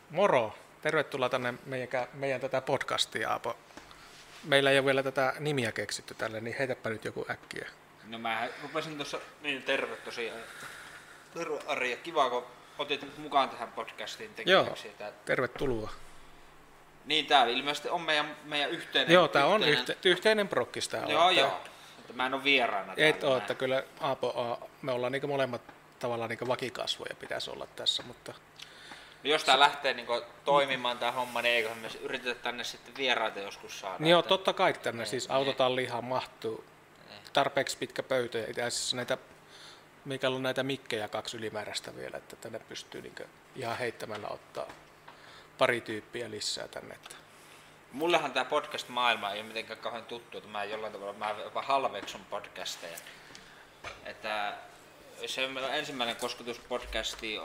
Moro! Tervetuloa tänne meidän tätä podcastia, Aapo. Meillä ei ole vielä tätä nimiä keksitty tälle, niin heitäpä nyt joku äkkiä. No mä rupesin tuossa, niin terve tosiaan. Terve Ari, ja kiva kun otit mukaan tähän podcastiin tekemiseksi. Joo, tervetuloa. Niin tää ilmeisesti on meidän yhteinen. Joo, tää on yhteinen prokkis tää. Joo. Että mä en oo vieraana täällä. Et oo, että kyllä Aapo, me ollaan niinku molemmat tavallaan niinku vakikasvoja pitäisi olla tässä, mutta... No jos tää lähtee niinku toimimaan tää homma, niin eiköhän me yritetä tänne sitten vieraita joskus saada. Niin joo, totta kai tänne, siis autotallihan mahtuu. Tarpeeksi pitkä pöytä ja itse asiassa näitä, mikä on näitä mikkejä 2 ylimääräistä vielä, että tänne pystyy niinku ihan heittämällä ottaa pari tyyppiä lisää tänne. Että. Mullehan tää podcast-maailma ei ole mitenkään kauhean tuttu, että mä jollain tavalla mä jopa halveksun podcasteja. Että se ensimmäinen kosketus podcastiin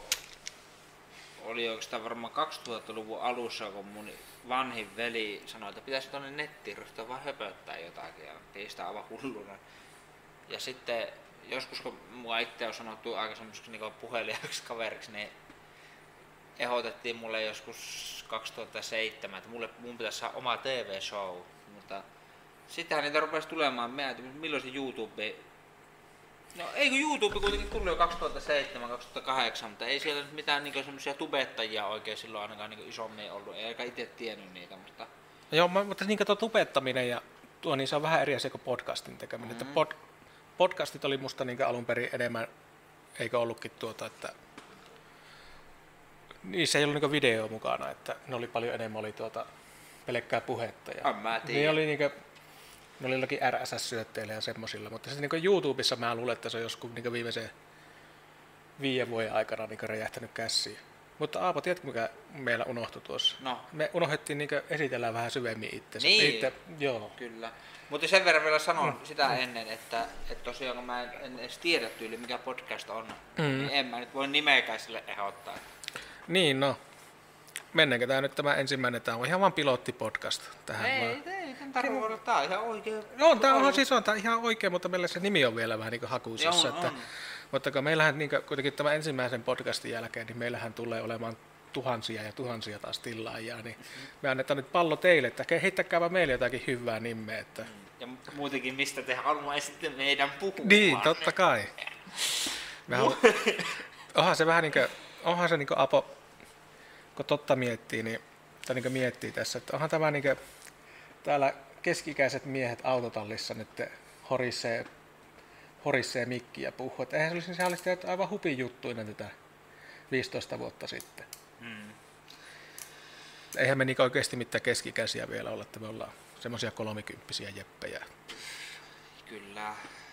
oli oikeastaan varmaan 2000-luvun alussa, kun mun vanhin veli sanoi, että pitäisi tuonne nettiin ryhtyä vaan höpöttää jotakin ja piistää aivan hulluna. Ja sitten joskus kun mua itse on sanottu aika semmoiseksi niin puheliaaksi kaveriksi, niin ehdotettiin mulle joskus 2007, että mun pitäisi saada oma TV-show, mutta sittenhän niitä rupesi tulemaan, milloin se YouTube... No eikö YouTube kuitenkin tullut jo 2007-2008, mutta ei siellä nyt mitään niinku semmoisia tubettajia oikein silloin ainakaan niinku isommin ollut, eikä itse tiennyt niitä, mutta... Joo, mutta niin tuo tubettaminen ja tuo, niin se on vähän eri asia kuin podcastin tekeminen. Että podcastit oli musta niin alun perin enemmän, eikö ollutkin että niissä ei ollut niin video mukana, että ne oli paljon enemmän oli pelkkää puhetta. Ja mä tiedän. Ne oli jollakin RSS-syötteillä ja semmosilla, mutta sitten niin YouTubessa mä luulen, että se on joskus niin viimeisen 5 vuoden aikana niin räjähtänyt käsiin. Mutta Aapo, tiedätkö mikä meillä unohtui tuossa? No. Me unohdettiin niin esitellä vähän syvemmin itsensä. Niin, joo. Kyllä. Mutta sen verran vielä sanon sitä ennen, että tosiaan kun mä en edes tiedä tyyli mikä podcast on, niin en mä nyt voi nimeäkään sille ehdottaa. Niin, no. Mennäänkö tää nyt tämä ensimmäinen? Tää on ihan vaan pilottipodcast tähän Ei, tarvitse olla. Tää on ihan oikein. No, tää on ihan oikein, mutta meillä se nimi on vielä vähän niin kuin hakuisessa. Mutta kun meillähän niin kuitenkin tämän ensimmäisen podcastin jälkeen, niin meillähän tulee olemaan tuhansia ja tuhansia taas tilaajia, niin me annetaan nyt pallo teille, että heittäkääpä meille jotakin hyvää nimeä. Että... Ja muutenkin mistä te haluaisitte meidän puhumaan. Niin, totta kai. Onhan se vähän niin kuin Apo, kun totta miettii, niin, tai niin kuin miettii tässä, että onhan tämä niin kuin, täällä keski-ikäiset miehet autotallissa nyt horissee mikkiä puhuu. Että eihän se olisi aivan hupin juttuina tätä 15 vuotta sitten. Eihän me niin oikeasti mitään keski-ikäisiä vielä olla, että me ollaan semmoisia 30-vuotiaita jeppejä. Kyllä.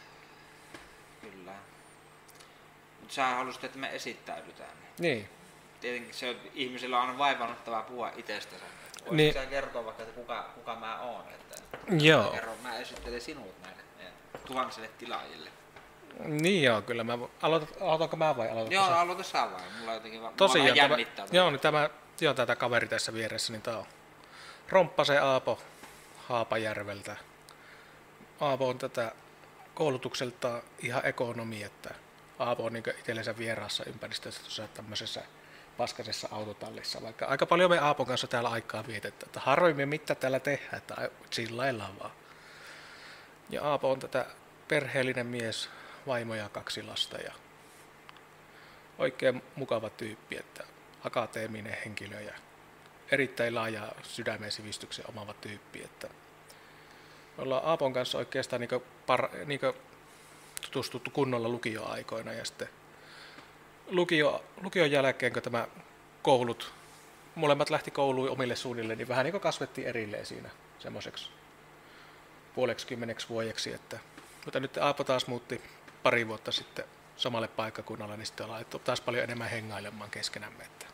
Mutta sä halusit, että me esittäydytään. Niin. Tietenkin se on, ihmisillä on aina vaivannuttavaa puhua itsestänsä. Voisitko niin. sä kertoa vaikka, että kuka mä oon? Että joo. Mä esittelen sinut näille tuhansille tilaajille. Niin joo, kyllä. Aloitanko mä vai aloitatko joo, sä? aloita sä vai. Mulla jotenkin tosiaan jännittää. Niin tätä kaveri tässä vieressä, niin tää on Romppasen Aapo Haapajärveltä. Aapo on tätä koulutukselta ihan ekonomi, että Aapo on niin itsellensä vieraassa ympäristössä tuossa tämmöisessä paskasessa autotallissa, vaikka aika paljon me Aapon kanssa täällä aikaa vietetään, että harvoin mitä täällä tehdään, että chillaillaan vaan. Ja Aapo on tätä perheellinen mies, vaimo ja 2 lasta ja oikein mukava tyyppi, että akateeminen henkilö ja erittäin laaja sydämen sivistyksen omaava tyyppi, että me ollaan Aapon kanssa oikeastaan niin tutustuttu kunnolla lukioaikoina ja sitten lukion jälkeen, kun tämä molemmat lähti kouluun omille suunnille, niin vähän niin kuin kasvettiin erilleen siinä semmoiseksi 50 vuodeksi. Mutta nyt Aapo taas muutti 2 vuotta sitten samalle paikkakunnalle, niin sitten ollaan alettu taas paljon enemmän hengailemaan keskenämme. Että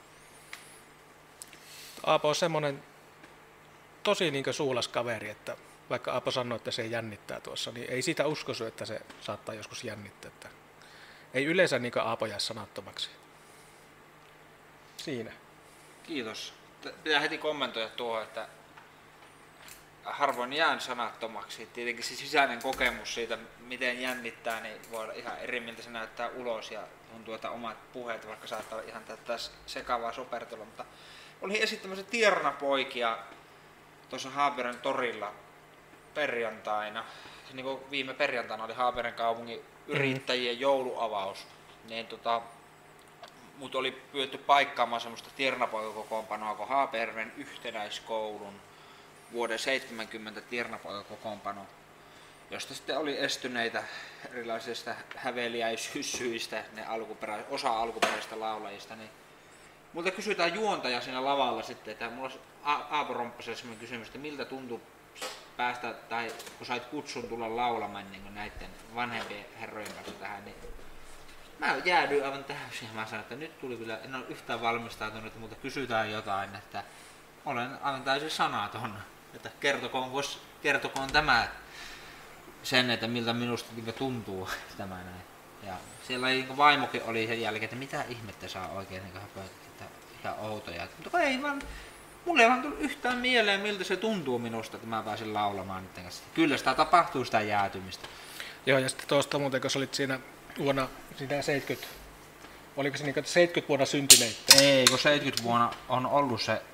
Aapo on semmoinen tosi niin suulas kaveri, että vaikka Aapo sanoi, että se jännittää tuossa, niin ei siitä uskoisi, että se saattaa joskus jännittää. Että ei yleensä niin Aapo jää sanattomaksi. Siinä. Kiitos. Pitää heti kommentoida tuohon, että harvoin jään sanattomaksi. Tietenkin se sisäinen kokemus siitä, miten jännittää, niin voi olla ihan eri, miltä se näyttää ulos. Ja omat puheet, vaikka saattaa olla ihan tässä sekavaa sopertelua, mutta olin esittämässä Tiernapoikia tuossa Haabergen torilla perjantaina. Niin kuin viime perjantaina oli Haabergen kaupungin yrittäjien jouluavaus, niin mut oli pyydetty paikkaamaan semmoista Tiernapoika-kokoonpanoa kuin Haabergen yhtenäiskoulun vuoden 70 Tiernapoika-kokoonpano, josta sitten oli estyneitä erilaisista häveliäisyyssyistä, osa alkuperäisistä laulajista. Niin multa kysytään juontaja siinä lavalla sitten, että mulla olisi Aapo Romppaselle sellainen kysymys, että miltä tuntui päästä, tai kun sait kutsun tulla laulamaan niin näiden vanhempien herrojen kanssa tähän, niin mä jäädyin aivan täysin ja mä sanoin, että nyt tuli kyllä, en ole yhtään valmistautunut, mutta kysytään jotain, että olen aivan täysin sanaton, että kertokoon tämä sen, että miltä minusta tuntuu tämä näin. Ja siellä vaimokin oli sen jälkeen, että mitä ihmettä saa oikein höpöttää, että ihan outoja. Mutta ei vaan, mulle ei vaan tullut yhtään mieleen, miltä se tuntuu minusta, että mä pääsin laulamaan niiden kanssa. Kyllä sitä tapahtuu sitä jäätymistä. Joo, ja sitten tuosta muuten, kun sä olit siinä vuonna 70, oliko se 70 vuonna syntyneitä? Ei, kun 70 vuonna on ollut se,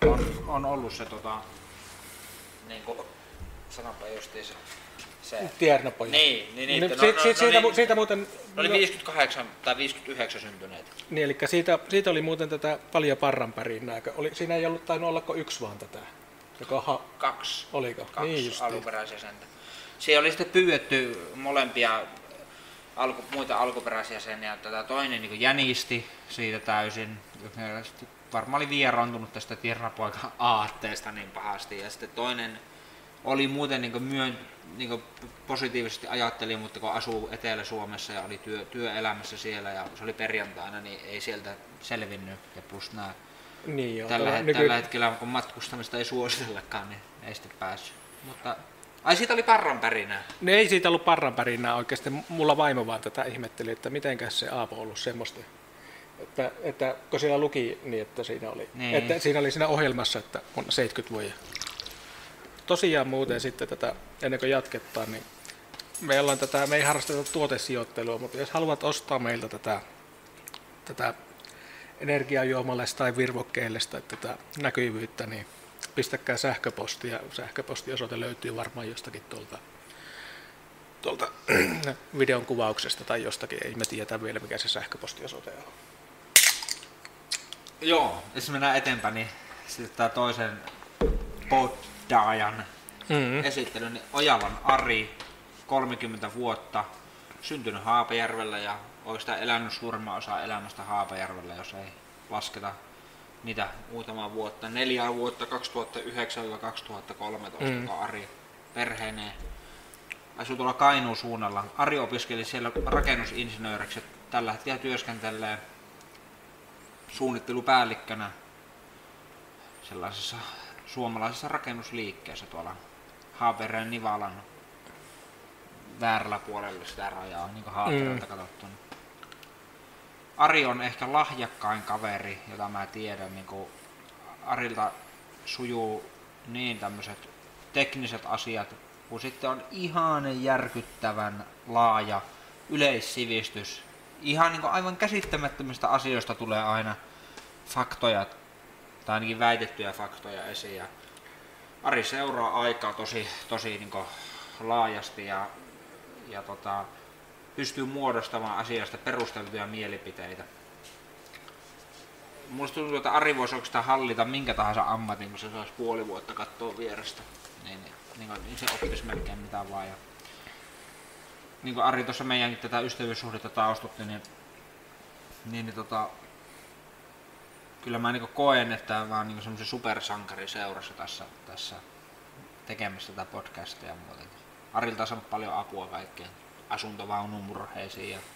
niin kuin sanonpa justiinsa. Tiernapoja. Niin. Siitä muuten... Ne oli 58 tai 59 syntyneitä. Niin, eli siitä oli muuten tätä paljon parranpärinää. Siinä ei ollut tainnut olla kuin yksi vaan tätä. Kaksi. Oliko? Kaksi niin alkuperäisiä sentä. Siellä oli sitten pyydetty molempia muita alkuperäisiä jäseniä. Toinen niin jänisti siitä täysin. Varmaan oli vieraantunut tästä Tiernapoikan aatteesta niin pahasti. Ja sitten toinen oli muuten niin positiivisesti ajatteli, mutta kun asuu Etelä-Suomessa ja oli työelämässä siellä ja se oli perjantaina, niin ei sieltä selvinnyt. Ja plus nämä niin tällä hetkellä, kun matkustamista ei suositellakaan, niin ei sitten päässyt. Mutta siitä oli parranpärinää. No ei siitä ollut parranpärinää oikeasti. Mulla vaimo vaan tätä ihmetteli, että mitenkäs se Aapo on ollut semmoista. Että kun siellä luki, niin että siinä oli, niin. Että siinä oli siinä ohjelmassa, että on 70 vuotta. Tosiaan muuten sitten ennen kuin jatketaan, niin me ei harrasteta tuotesijoittelua, mutta jos haluat ostaa meiltä tätä energiajuomallista tai virvokkeellista tätä näkyvyyttä, niin pistäkää sähköpostia. Sähköpostiosoite löytyy varmaan jostakin tuolta videon kuvauksesta tai jostakin, ei me tiedä vielä mikä se sähköpostiosoite on. Joo, jos mennään eteenpäin, niin sitten tämä toisen poddaajan esittely, niin Ojalan Ari, 30 vuotta, syntynyt Haapajärvellä ja oikeastaan elänyt suurimman osa elämästä Haapajärvellä, jos ei lasketa niitä muutamaa vuotta. 4 vuotta 2009-2013, kun Ari perheineen asui tuolla Kainuun suunnalla. Ari opiskeli siellä rakennusinsinööriksi, tällä hetkellä työskentelee suunnittelupäällikkönä sellaisessa suomalaisessa rakennusliikkeessä tuolla Haabergen Nivalan väärällä puolella sitä rajaa, niin kuin Haabergelta katsottuna. Ari on ehkä lahjakkain kaveri, jota mä tiedän. Niin kuin Arilta sujuu niin tämmöiset tekniset asiat, kun sitten on ihan järkyttävän laaja yleissivistys. Ihan niin kuin aivan käsittämättömistä asioista tulee aina faktoja, tai ainakin väitettyjä faktoja esiin. Ja Ari seuraa aikaa tosi niin kuin laajasti ja pystyy muodostamaan asiasta perusteltuja mielipiteitä. Musta tuntuu, että Ari voisi oikeastaan hallita minkä tahansa ammatin, kun se saisi puoli vuotta katsoa vierestä. Niin se oppisi melkein mitään vaan. Ja niin kuin Ari tuossa meidänkin tätä ystävyyssuhdetta taustutti, niin kyllä mä niin koen, että mä oon niin semmoisen supersankari seurassa tässä tekemässä tätä podcastia ja muuta. Arilta on saanut paljon apua kaikkeen asuntovaunun murheisiin ja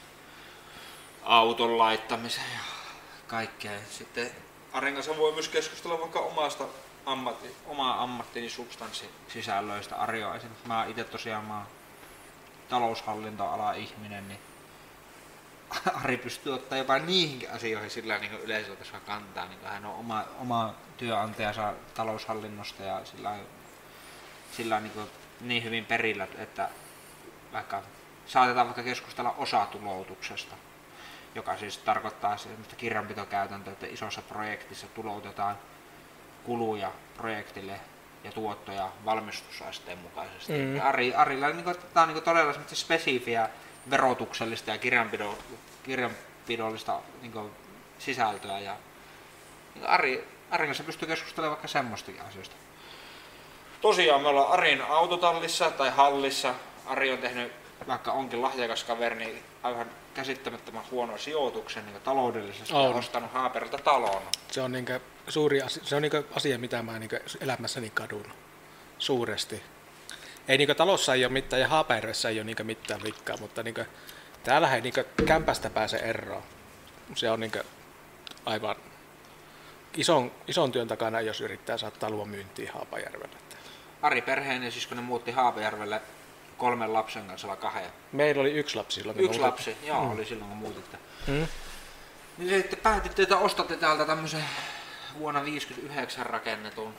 auton laittamiseen ja kaikkea. Sitten Arin kanssa voi myös keskustella vaikka omaa ammattini substanssisisällöistä. Ari on esimerkiksi, mä itse tosiaan taloushallintoala ihminen, niin Ari pystyy ottaa jopa niihinkin asioihin sillä niin yleisellä tasolla kantaa. Niin hän on oma työnantajansa taloushallinnosta ja sillä niin hyvin perillä, että saatetaan vaikka keskustella osatuloutuksesta. joka siis tarkoittaa sellaista kirjanpitokäytäntöä, että isossa projektissa tuloutetaan kuluja projektille ja tuottoja valmistusasteen mukaisesti. Arilla tämä on todella spesifiä verotuksellista ja kirjanpidollista sisältöä. Ja Arin kanssa pystyy keskustelemaan vaikka semmoistakin asioista. Tosiaan me ollaan Arin autotallissa tai hallissa. Ari on tehnyt, vaikka onkin lahjakas kaveri, niin aivan käsittämättömän huono sijoituksen taloudellisesti ja ostanut Haaperilta talon. Se on suuri asia, se on asia, mitä mä elämässäni kadun suuresti. Ei talossa ei ole mitään ja Haapajärvessä ei ole mitään vikkaa, mutta täällä ei kämpästä pääse eroon. Se on aivan ison työn takana, jos yrittää saada talon myyntiin Haapajärvelle. Ari perheen siis kun ne muutti Haapajärvelle 3 lapsen kanssa vai 2? Meillä oli 1 lapsi silloin. 1 lapsi, joo, oli silloin kun muutitte. Niin sitten päätitte, että ostatte täältä tämmöisen vuonna 1959 rakennetun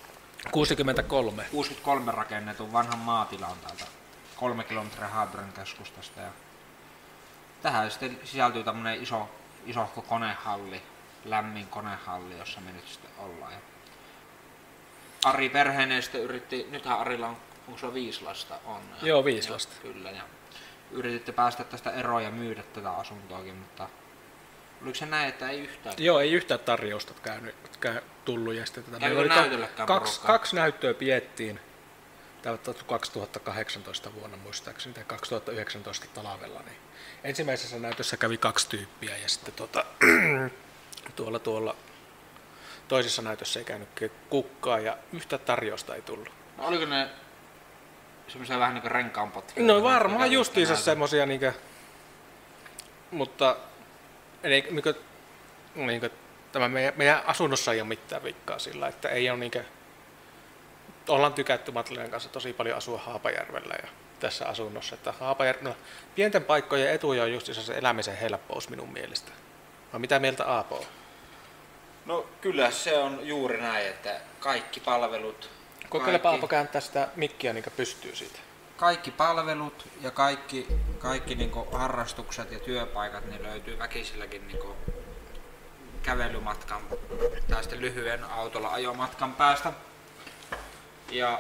63 rakennetun vanhan maatilan täältä 3 kilometriä Haaparin keskustasta. Ja tähän sitten sisältyy tämmöinen iso konehalli, lämmin konehalli, jossa me nyt sitten ollaan. Ja Ari perheeneen sitten yritti, nythän Arilla on, onko sulla 5 lasta? On. Joo, 5 lasta. Kyllä, ja yrititte päästä tästä eroon ja myydä tätä asuntoakin, mutta oliko se näin, että ei yhtään? Joo, ei yhtään tarjousta tullut. Ja sitten meillä oli kaksi näyttöä piettiin. Tämä on 2018 vuonna muistaakseni, tai 2019 talvella. Niin ensimmäisessä näytössä kävi 2 tyyppiä ja sitten tuolla toisessa näytössä ei käynyt kukkaa ja yhtä tarjousta ei tullut. No, oliko ne semmoisia vähän niin kuin renkaanpotkia? No varmaan justiinsa semmoisia, mutta tämä meidän asunnossa ei ole mitään vikkaa sillä, että ei ole ollaan tykätty Mattilan kanssa tosi paljon asua Haapajärvellä ja tässä asunnossa, että pienten paikkojen etuja on justiinsa se elämisen helppous minun mielestä. Vai mitä mieltä Aapo on? No kyllä se on juuri näin, että kaikki palvelut... Kokeilepa Aapo kääntää sitä mikkiä pystyy siitä. Kaikki palvelut ja kaikki harrastukset ja työpaikat niin löytyy väkisilläkin kävelymatkan tai sitten lyhyen autolla ajomatkan päästä. Ja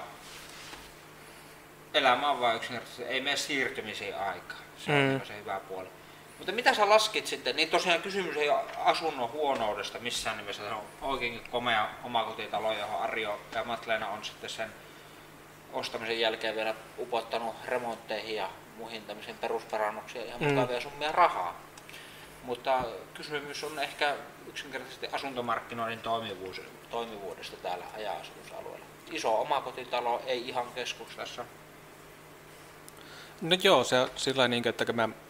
elämä on vain yksinkertaisesti, ei mene siirtymisiin aikaa. Se on se hyvä puoli. Mutta mitä sä laskit sitten? Niin tosiaan kysymys ei ole asunnon huonoudesta missään nimessä. Se on oikeinkin komea omakotitalo, johon Arjo ja Matleena on sitten sen ostamisen jälkeen vielä upottanut remontteihin ja muihin tämmöisiin perusparannuksiin ja mukavia summia rahaa. Mutta kysymys on ehkä yksinkertaisesti asuntomarkkinoiden toimivuudesta täällä haja-asutusalueella. Iso omakotitalo, ei ihan keskustassa. No joo, se on sillä tavalla, että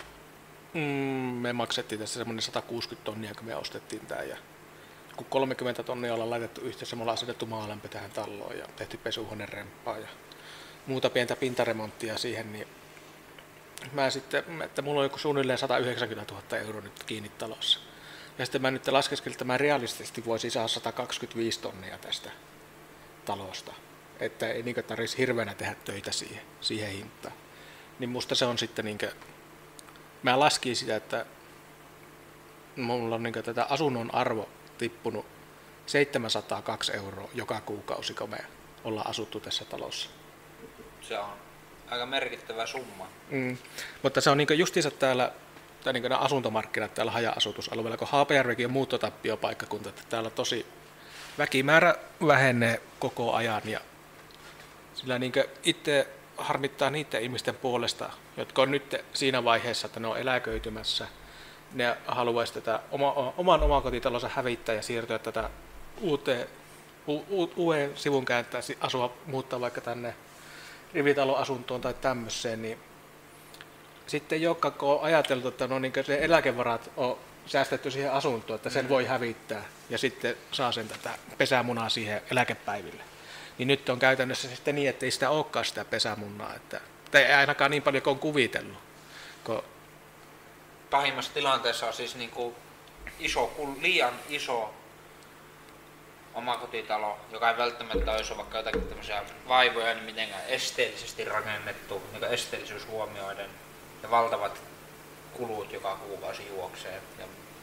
me maksettiin tässä semmoinen 160 tonnia, kun me ostettiin tämä. Ja kun 30 tonnia ollaan laitettu yhteensä, me ollaan asetettu maalämpö tähän taloon ja tehty pesuhuoneremppaa ja muuta pientä pintaremonttia siihen, niin mä sitten, että mulla on joku suunnilleen 190 000 € nyt kiinni talossa. Ja sitten mä nyt laskeskelin, että mä realistisesti voisin saada 125 tonnia tästä talosta. Että ei tarvitsisi hirveänä tehdä töitä siihen hintaan. Niin musta se on sitten mä laskin sitä, että mulla on tätä asunnon arvo tippunut 702 € joka kuukausi, kun me ollaan asuttu tässä talossa. Se on aika merkittävä summa. Mutta se on justiinsa täällä, tai nämä asuntomarkkinat täällä haja-asutusalueella, kun Haapajärvikin on muuttotappiopaikkakunta, että täällä tosi väkimäärä vähenee koko ajan ja sillä itse harmittaa niiden ihmisten puolesta, jotka on nyt siinä vaiheessa, että ne on eläköitymässä. Ne haluaisi tätä oman omakotitalonsa hävittää ja siirtyä tätä uuden sivun kääntää, muuttaa vaikka tänne rivitaloasuntoon tai tämmöiseen. Niin sitten joka on ajateltu, että se eläkevarat on säästetty siihen asuntoon, että sen voi hävittää ja sitten saa sen tätä pesämunaa siihen eläkepäiville. Niin nyt on käytännössä sitten niin, että ei sitä olekaan sitä pesämunaa, tai ainakaan niin paljon kuin on kuvitellut. Pahimmassa tilanteessa on siis liian iso omakotitalo, joka ei välttämättä olisi vaikka jotakin tämmöisiä vaivoja, niin mitenkään esteellisesti rakennettu, esteellisyys huomioiden ja valtavat kulut joka kuukausi juoksee. Ja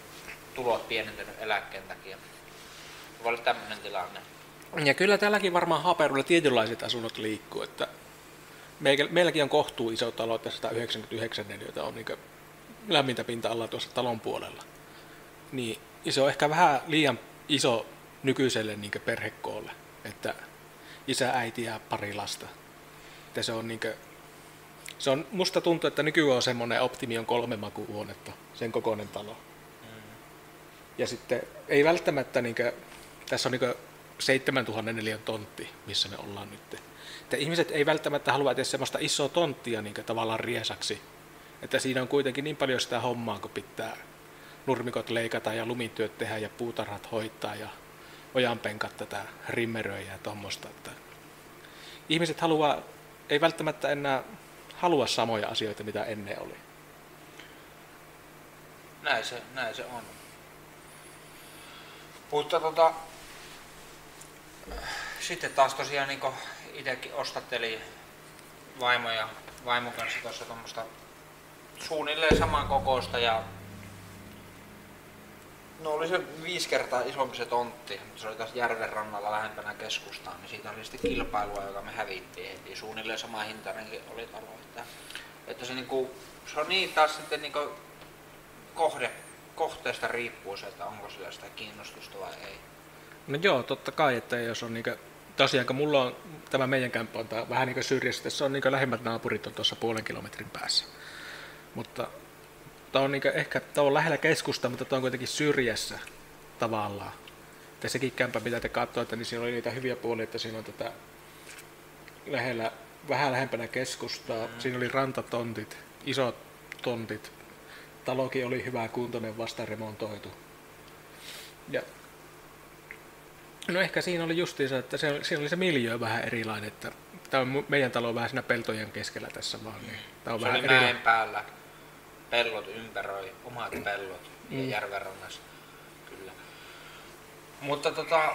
tulot pienentynyt eläkkeen takia. Voi olla tämmöinen tilanne. Ja kyllä tälläkin varmaan Haaperulla tietynlaiset asunnot liikkuu, että meilläkin on kohtuu iso talo, että 199 neliötä on niin lämmintä pinta-alaa tuossa talon puolella. Niin se on ehkä vähän liian iso nykyiselle niin perhekoolle, että isä, äiti ja pari lasta. Että se on, musta tuntuu, että nykyään on semmoinen optimi on 3 makuuhuonetta, sen kokoinen talo. Ja sitten ei välttämättä, tässä on 7000 neliön tontti, missä me ollaan nyt. Että ihmiset ei välttämättä halua edes semmoista isoa tonttia tavallaan riesaksi. Että siinä on kuitenkin niin paljon sitä hommaa, kun pitää nurmikot leikata ja lumityöt tehdä ja puutarhat hoitaa ja ojanpenkat tätä rimmeröjä ja tommoista. Että ihmiset ei välttämättä enää halua samoja asioita, mitä ennen oli. Näin se on. Mutta sitten taas tosiaan niin itsekin ostattelin vaimon kanssa tuossa tuommoista suunnilleen saman kokoista ja no oli se 5 kertaa isompi se tontti, mutta se oli taas järven rannalla lähempänä keskustaan, niin siitä oli sitten kilpailua, joka me hävittiin heti. Suunnilleen sama hintainenkin oli talo. Että se, se on niin taas sitten kohteesta riippuu se, että onko sillä sitä kiinnostusta vai ei. No joo, totta kai, että jos on tosiaan kun mulla on tämä meidän kämppä on vähän syrjässä, se on lähimmät naapurit on tuossa 0,5 kilometrin päässä. Mutta tämä on ehkä on lähellä keskusta, mutta tämä on kuitenkin syrjässä tavallaan. Ja sekin kämppä, mitä te katsoitte, niin siinä oli niitä hyviä puolia, että siinä on tätä vähän lähempänä keskustaa. Siinä oli rantatontit, isot tontit. Talokin oli hyvä kuntoinen, vasta remontoitu. Ja no ehkä siinä oli justiinsa, että siinä oli se miljöö vähän erilainen, että tämä on meidän talo vähän siinä peltojen keskellä tässä vaan. Niin tämä on se vähän oli mäen päällä, pellot ympäröi, omat pellot ja järven rannassa, kyllä. Mutta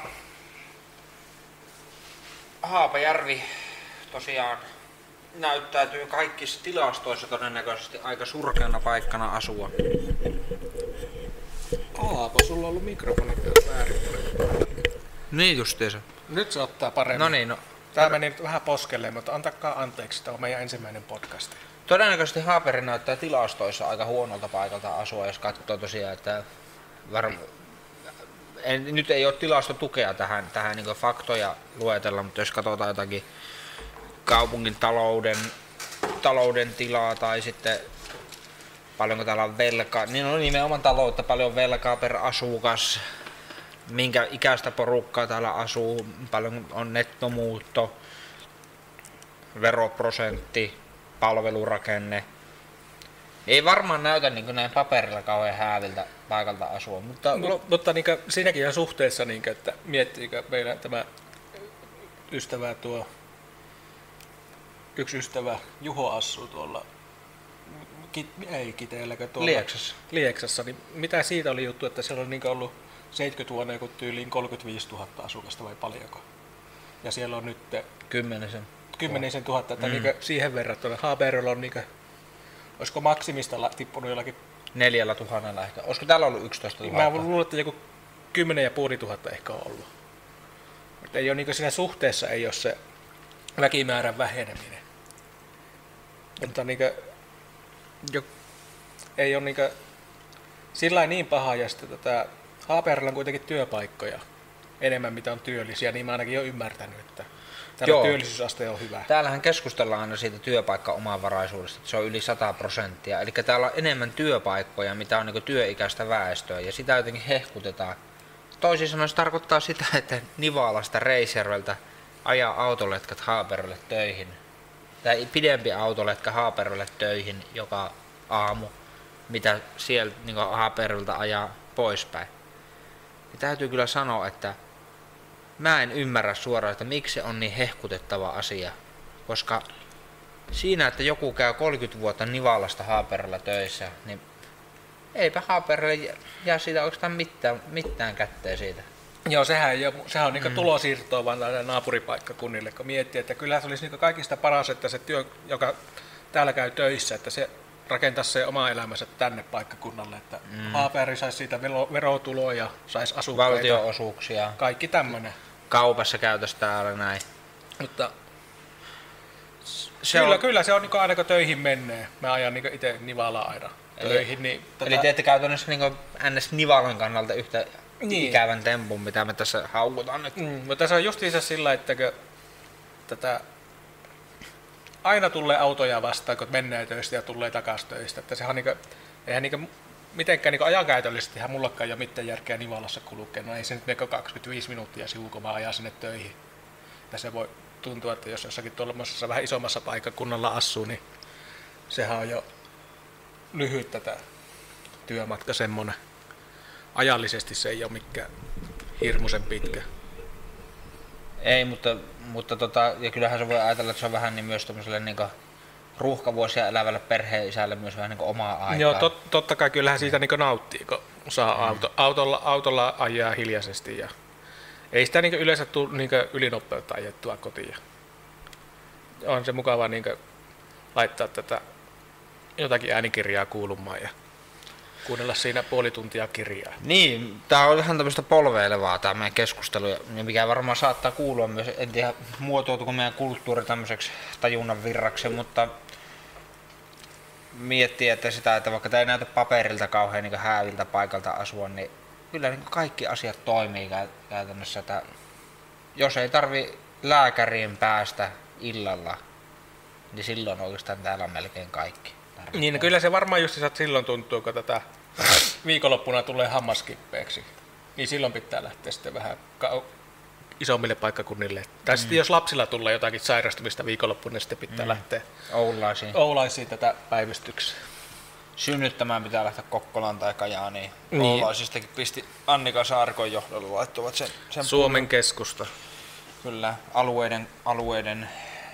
Haapajärvi tosiaan näyttäytyy kaikissa tilastoissa todennäköisesti aika surkeana paikkana asua. Aapo, sulla on ollut mikrofoni väärin. Niin justiinsa. Nyt se ottaa paremmin. No niin, Tämä meni nyt vähän poskelleen, mutta antakaa anteeksi, tämä on meidän ensimmäinen podcast. Todennäköisesti Haaperi näyttää tilastoissa aika huonolta paikalta asua, jos katsoo tosiaan, että nyt ei ole tilastotukea tähän niin faktoja luetella, mutta jos katsotaan jotakin kaupungin talouden tilaa tai sitten paljonko täällä on velkaa, niin on nimenomaan taloutta, paljon velkaa per asukas, minkä ikäistä porukkaa täällä asuu, paljon on nettomuutto, veroprosentti, palvelurakenne. Ei varmaan näytä niin näin paperilla kauhean hääviltä paikalta asua, mutta siinäkin on suhteessa, että miettiikö meidän tämä ystävä yksi ystävä Juho asuu tuolla Kiteelläkö tuolla Lieksassa, niin mitä siitä oli juttu, että siellä on ollut 70 vuonna joku tyyliin 35 000 asukasta vai paljonko? Ja siellä on nyt 10 000, että siihen verrattuna Haaperulla on olisiko maksimista tippunut jollakin 4 000 ehkä. Olisiko täällä ollut 11 000? Mä luulen, että joku 10 500 ehkä on ollut. Mutta ei ole siinä suhteessa ei ole se väkimäärän väheneminen. Mutta ei ole sillä niin paha, ja sitten Haaperulla on kuitenkin työpaikkoja enemmän, mitä on työllisiä, niin mä ainakin olen ymmärtänyt, että täällä työllisyysaste on hyvä. Täällähän keskustellaan aina siitä työpaikka-omavaraisuudesta, että se on yli 100%. Eli täällä on enemmän työpaikkoja, mitä on työikäistä väestöä, ja sitä jotenkin hehkutetaan. Toisin sanoen se tarkoittaa sitä, että Nivalasta Reisjärveltä ajaa autoletkat Haaperulle töihin. Tai pidempi autoletka Haaperulle töihin joka aamu, mitä sieltä Haaperulta ajaa poispäin. Ja täytyy kyllä sanoa, että mä en ymmärrä suoraan, että miksi se on niin hehkutettava asia. Koska siinä, että joku käy 30 vuotta Nivalasta Haaperulla töissä, niin eipä Haaperulle jää siitä oikeastaan mitään kätteen siitä. Joo, sehän on tulosiirtoa vaan naapuripaikkakunnille, kun miettii, että kyllä se olisi kaikista paras, että se työ, joka täällä käy töissä, että se rakentaa se oma elämänsä tänne paikkakunnalle, että Haapajärvi saisi siitä verotuloja, saisi asukkaita. Valtionosuuksia. Kaikki tämmöinen. Kaupassa käytössä täällä näin. Mutta kyllä se on niin aina kun töihin menee. Mä ajan niin itse Nivalaan aina töihin. Niin, eli teette käytännössä niin NS Nivalan kannalta yhtä ikävän tempun, mitä me tässä haukutaan nyt. Mutta se on justiinsa sillä, että tätä aina tulee autoja vastaan, kun menee töistä ja tulee takaisin töistä. Että sehän on eihän mitenkään ajankäytöllisesti mullakaan ei ole mitään järkeä Nivalassa kulkea. No ei se nyt 25 minuuttia sivu, kun mä ajan sinne töihin. Ja se voi tuntua, että jos jossakin tuollaisessa vähän isommassa paikkakunnalla asuu, niin sehän on jo lyhyt tätä työmatka semmonen. Ajallisesti se ei ole mikään hirmuisen pitkä. Ei, mutta ja kyllähän se voi ajatella, että se on vähän niin myös tämmöiselle niin ruuhkavuosia elävälle perheen-isälle myös vähän niin omaa aikaa. Joo, totta kai kyllähän siitä niin nauttii, kun saa autolla ajaa hiljaisesti. Ja ei sitä niin yleensä tule niin ylinopeutta ajettua kotiin. On se mukavaa niin laittaa tätä jotakin äänikirjaa kuulumaan ja kuunnella siinä puoli tuntia kirjaa. Niin, tää on vähän tämmöistä polveilevaa tää meidän keskustelu, mikä varmaan saattaa kuulua myös, en tiedä muotoutuuko meidän kulttuuri tämmöiseksi tajunnan virraksi, mutta miettii, että vaikka tämä ei näytä paperilta kauhean niin hääviltä paikalta asua, niin kyllä niin kaikki asiat toimii käytännössä, että jos ei tarvi lääkäriin päästä illalla, niin silloin oikeastaan täällä on melkein kaikki. Niin, kyllä se varmaan just silloin tuntuu, kun tätä viikonloppuna tulee hammaskippeeksi. Niin silloin pitää lähteä sitten vähän isommille paikkakunnille. Tai sitten jos lapsilla tulee jotakin sairastumista viikonloppuna, niin sitten pitää lähteä Oulaisiin tätä päivystykseen. Synnyttämään pitää lähteä Kokkolaan tai Kajaaniin. Niin. Oulaisistakin pisti Annika Saarikon johdolla laittuvat sen Suomen keskusta. Kyllä, alueiden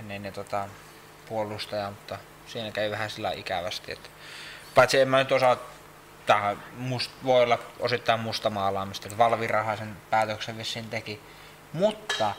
puolustaja, mutta siinä käy vähän sillä ikävästi. Että, paitsi en mä nyt osaa, tähän voi olla osittain mustamaalaamista, että Valvirahan sen päätöksen vissiin teki. Mutta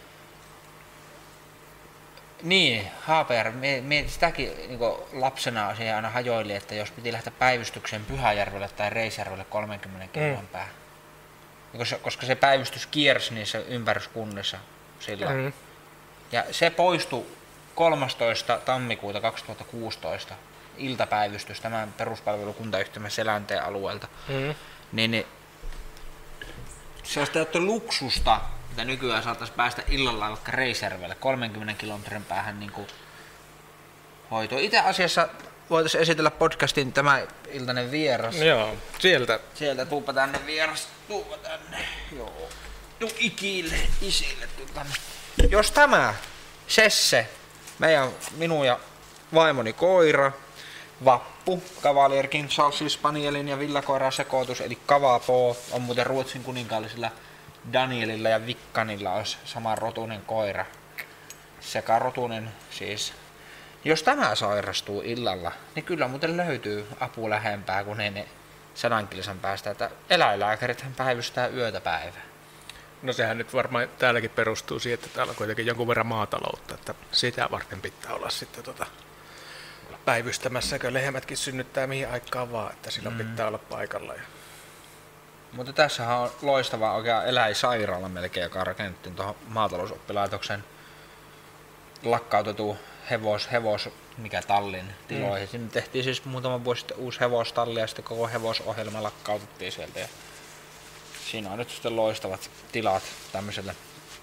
niin, Haapajärvi, mietin sitäkin niin lapsena asia aina hajoili, että jos piti lähteä päivystykseen Pyhäjärvelle tai Reisjärvelle 30 kilon päähän. Koska se päivystys kiersi niissä ympäryskunnissa silloin. Ja se poistui 13. tammikuuta 2016 iltapäivystys tämän peruspalvelukuntayhtymän Selänteen alueelta. Niin se olisi täyttä luksusta, että nykyään saataisiin päästä illalla vaikka Reisjärvelle 30 kilometrin päähän niin kuin hoitoon. Itse asiassa voitaisiin esitellä podcastin tämä iltainen vieras. Joo, sieltä tuupa tänne vieras, tuupa tänne. Joo. Ikille, isille tänne. Jos tämä Sesse, minun ja vaimoni koira, Vappu, Cavalier King Charles Spanielin ja villakoiran sekoitus, eli Kavapo, on muuten Ruotsin kuninkaallisilla Danielilla ja Vikkanilla olisi saman rotuinen koira. Sekarotuinen siis. Jos tämä sairastuu illalla, niin kyllä muuten löytyy apu lähempää kuin ne 100 kilsan päästä, että eläinlääkärithän päivystää yötä päivää. No sehän nyt varmaan täälläkin perustuu siihen, että täällä on kuitenkin jonkun verran maataloutta, että sitä varten pitää olla sitten päivystämässä, kun lehmätkin synnyttää mihin aikaan vaan, että silloin pitää olla paikalla. Mutta tässähän on loistava oikein eläinsairaala melkein, joka rakennettiin tuohon maatalousoppilaitoksen lakkautetun mikä tallin tiloihin. Sinne tehtiin siis muutama vuosi sitten uusi hevostalli ja sitten koko hevosohjelma lakkautettiin sieltä. Ja siinä on nyt sitten loistavat tilat tämmöiselle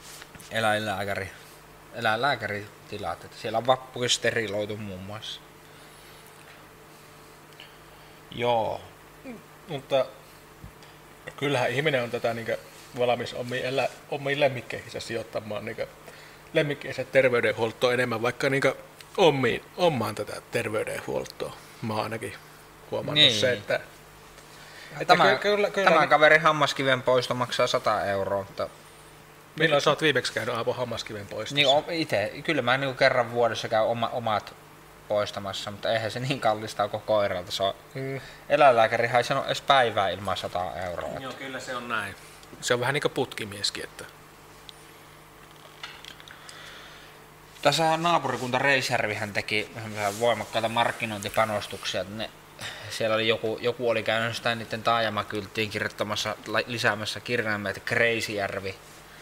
eläinlääkäritilat. Että siellä on Vappukin steriloitu muun muassa. Joo. Mutta kyllähän ihminen on tätä valmis omiin lemmikkeihinsä sijoittamaan lemmikkeinsä terveydenhuoltoa enemmän, vaikka omaan tätä terveydenhuoltoa. Mä oon ainakin huomannut se, että Tämän kaverin hammaskiven poisto maksaa 100 €. Mutta milloin sä oot viimeksi käynyt Aapo hammaskiven poistossa? Niin kyllä mä kerran vuodessa käyn omat poistamassa, mutta eihän se niin kallista kuin koiralta. Se on, eläinlääkärihän ei sano edes päivää ilman 100 €. Joo, kyllä se on näin. Se on vähän niin kuin putkimieskin. Että Tässä naapurikunta Reisjärvihän teki voimakkaita markkinointipanostuksia. Siellä oli joku oli käynyt sitä niiden taajamakylttiin kirjoittamassa, lisäämässä kirjaimet Kreisijärvi.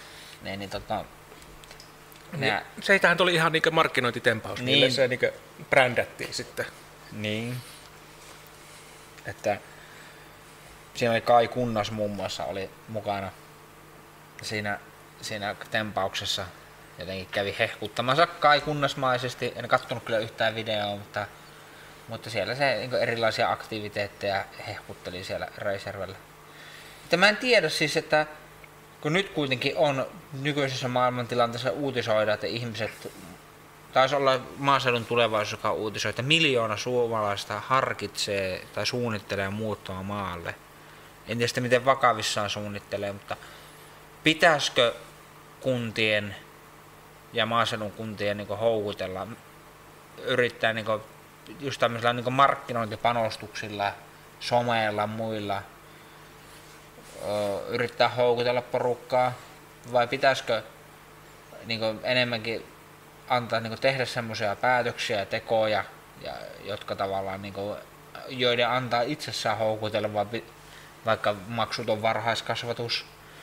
Seitähän tuli ihan niinku markkinointitempaus, niille se niinku brändättiin sitten. Niin. Että siinä oli Kai Kunnas muun muassa oli mukana siinä tempauksessa. Jotenkin kävi hehkuttamassa Kai Kunnasmaisesti. En katsonut kyllä yhtään videoa, mutta siellä se niin erilaisia aktiviteetteja hehkutteli siellä Reisjärvellä. Että mä en tiedä siis, että kun nyt kuitenkin on nykyisessä maailmantilanteessa uutisoida, että ihmiset, taisi olla maaseudun tulevaisuus, joka uutisoi, että 1 miljoona suomalaista harkitsee tai suunnittelee muuttoa maalle. En tiedä miten vakavissaan suunnittelee, mutta pitäisikö kuntien ja maaseudun kuntien niin houkutella, yrittää niin just tämmöisillä niin markkinointipanostuksilla, someilla, muilla, yrittää houkutella porukkaa, vai pitäisikö niin enemmänkin antaa niin tehdä semmoisia päätöksiä ja tekoja, jotka tavallaan niin joiden antaa itsessään houkutella, vaikka maksuton varhaiskasvatus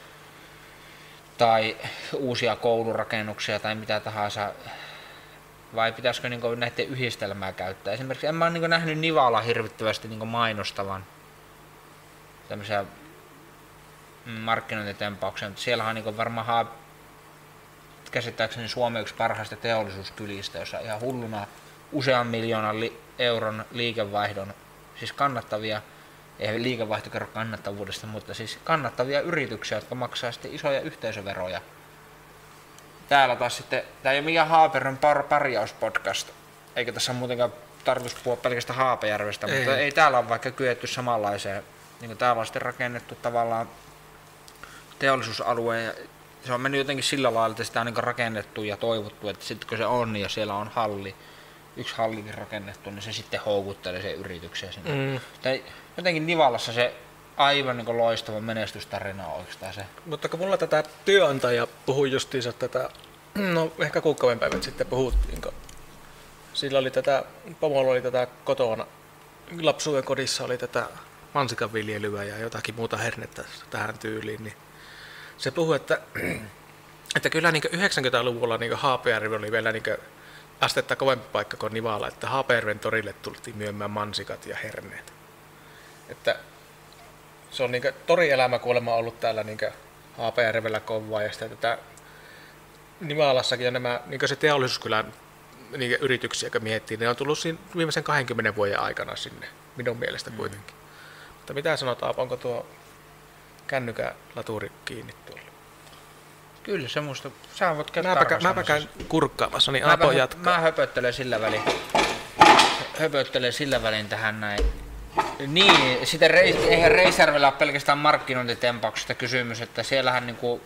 tai uusia koulurakennuksia tai mitä tahansa, vai pitäisikö näiden yhdistelmää käyttää? Esimerkiksi en mä ole nähnyt Nivala hirvittävästi mainostavan tämmöisiä markkinointitempauksia, mutta siellähän on varmaan käsittääkseni Suomen yksi parhaista teollisuuskylistä, jossa ihan hulluna usean miljoonan euron liikevaihdon, siis kannattavia, ei liikevaihto kerro kannattavuudesta, mutta siis kannattavia yrityksiä, jotka maksaa sitten isoja yhteisöveroja. Täällä taas sitten, tää ei ole mikään Haaperön parjauspodcast, eikä tässä muutenkaan tarkoitus puhua pelkästään Haapajärvestä, mutta ei täällä ole vaikka kyetty samanlaiseen, niin kuin täällä on sitten rakennettu tavallaan teollisuusalue, ja se on mennyt jotenkin sillä lailla, että sitä on niin rakennettu ja toivottu, että sitten kun se on ja siellä on yksi hallikin rakennettu, niin se sitten houkuttelee sen yrityksiä sinne. Jotenkin Nivalassa se aivan niin loistava menestystarina on oikeastaan se. Mutta kun mulla tätä työnantaja puhui justiinsa tätä, no ehkä kuukauden päivät sitten puhuttiin, kun sillä oli pomolla oli tätä kotona, lapsuuden kodissa oli tätä mansikanviljelyä ja jotakin muuta hernettä tähän tyyliin, niin se puhui, että kyllä niin 90-luvulla niin Haapajärvi oli vielä niin astetta kovempi paikka kuin Nivala, että Haapajärven torille tultiin myymään mansikat ja herneet. Että se on niin torielämä kuulemma ollut täällä niin Haapajärvellä kovaa, ja sitten tätä Nivalassakin ja nämä niin se teollisuuskylän niin yrityksiä, kun miettii, ne on tullut siinä viimeisen 20 vuoden aikana sinne, minun mielestä kuitenkin. Mutta mitä sanotaan, onko tuo kännykän-laturi kiinni tuolla? Kyllä semmoista, sä voit käydä tarkastamassa. Mäpä käyn kurkkaamassa, niin Aapo jatkaa. Mä höpöttelen sillä välin tähän näin. Niin, sitten eihän Reisjärvellä ole pelkästään markkinointitempauksesta kysymys, että siellähän niinku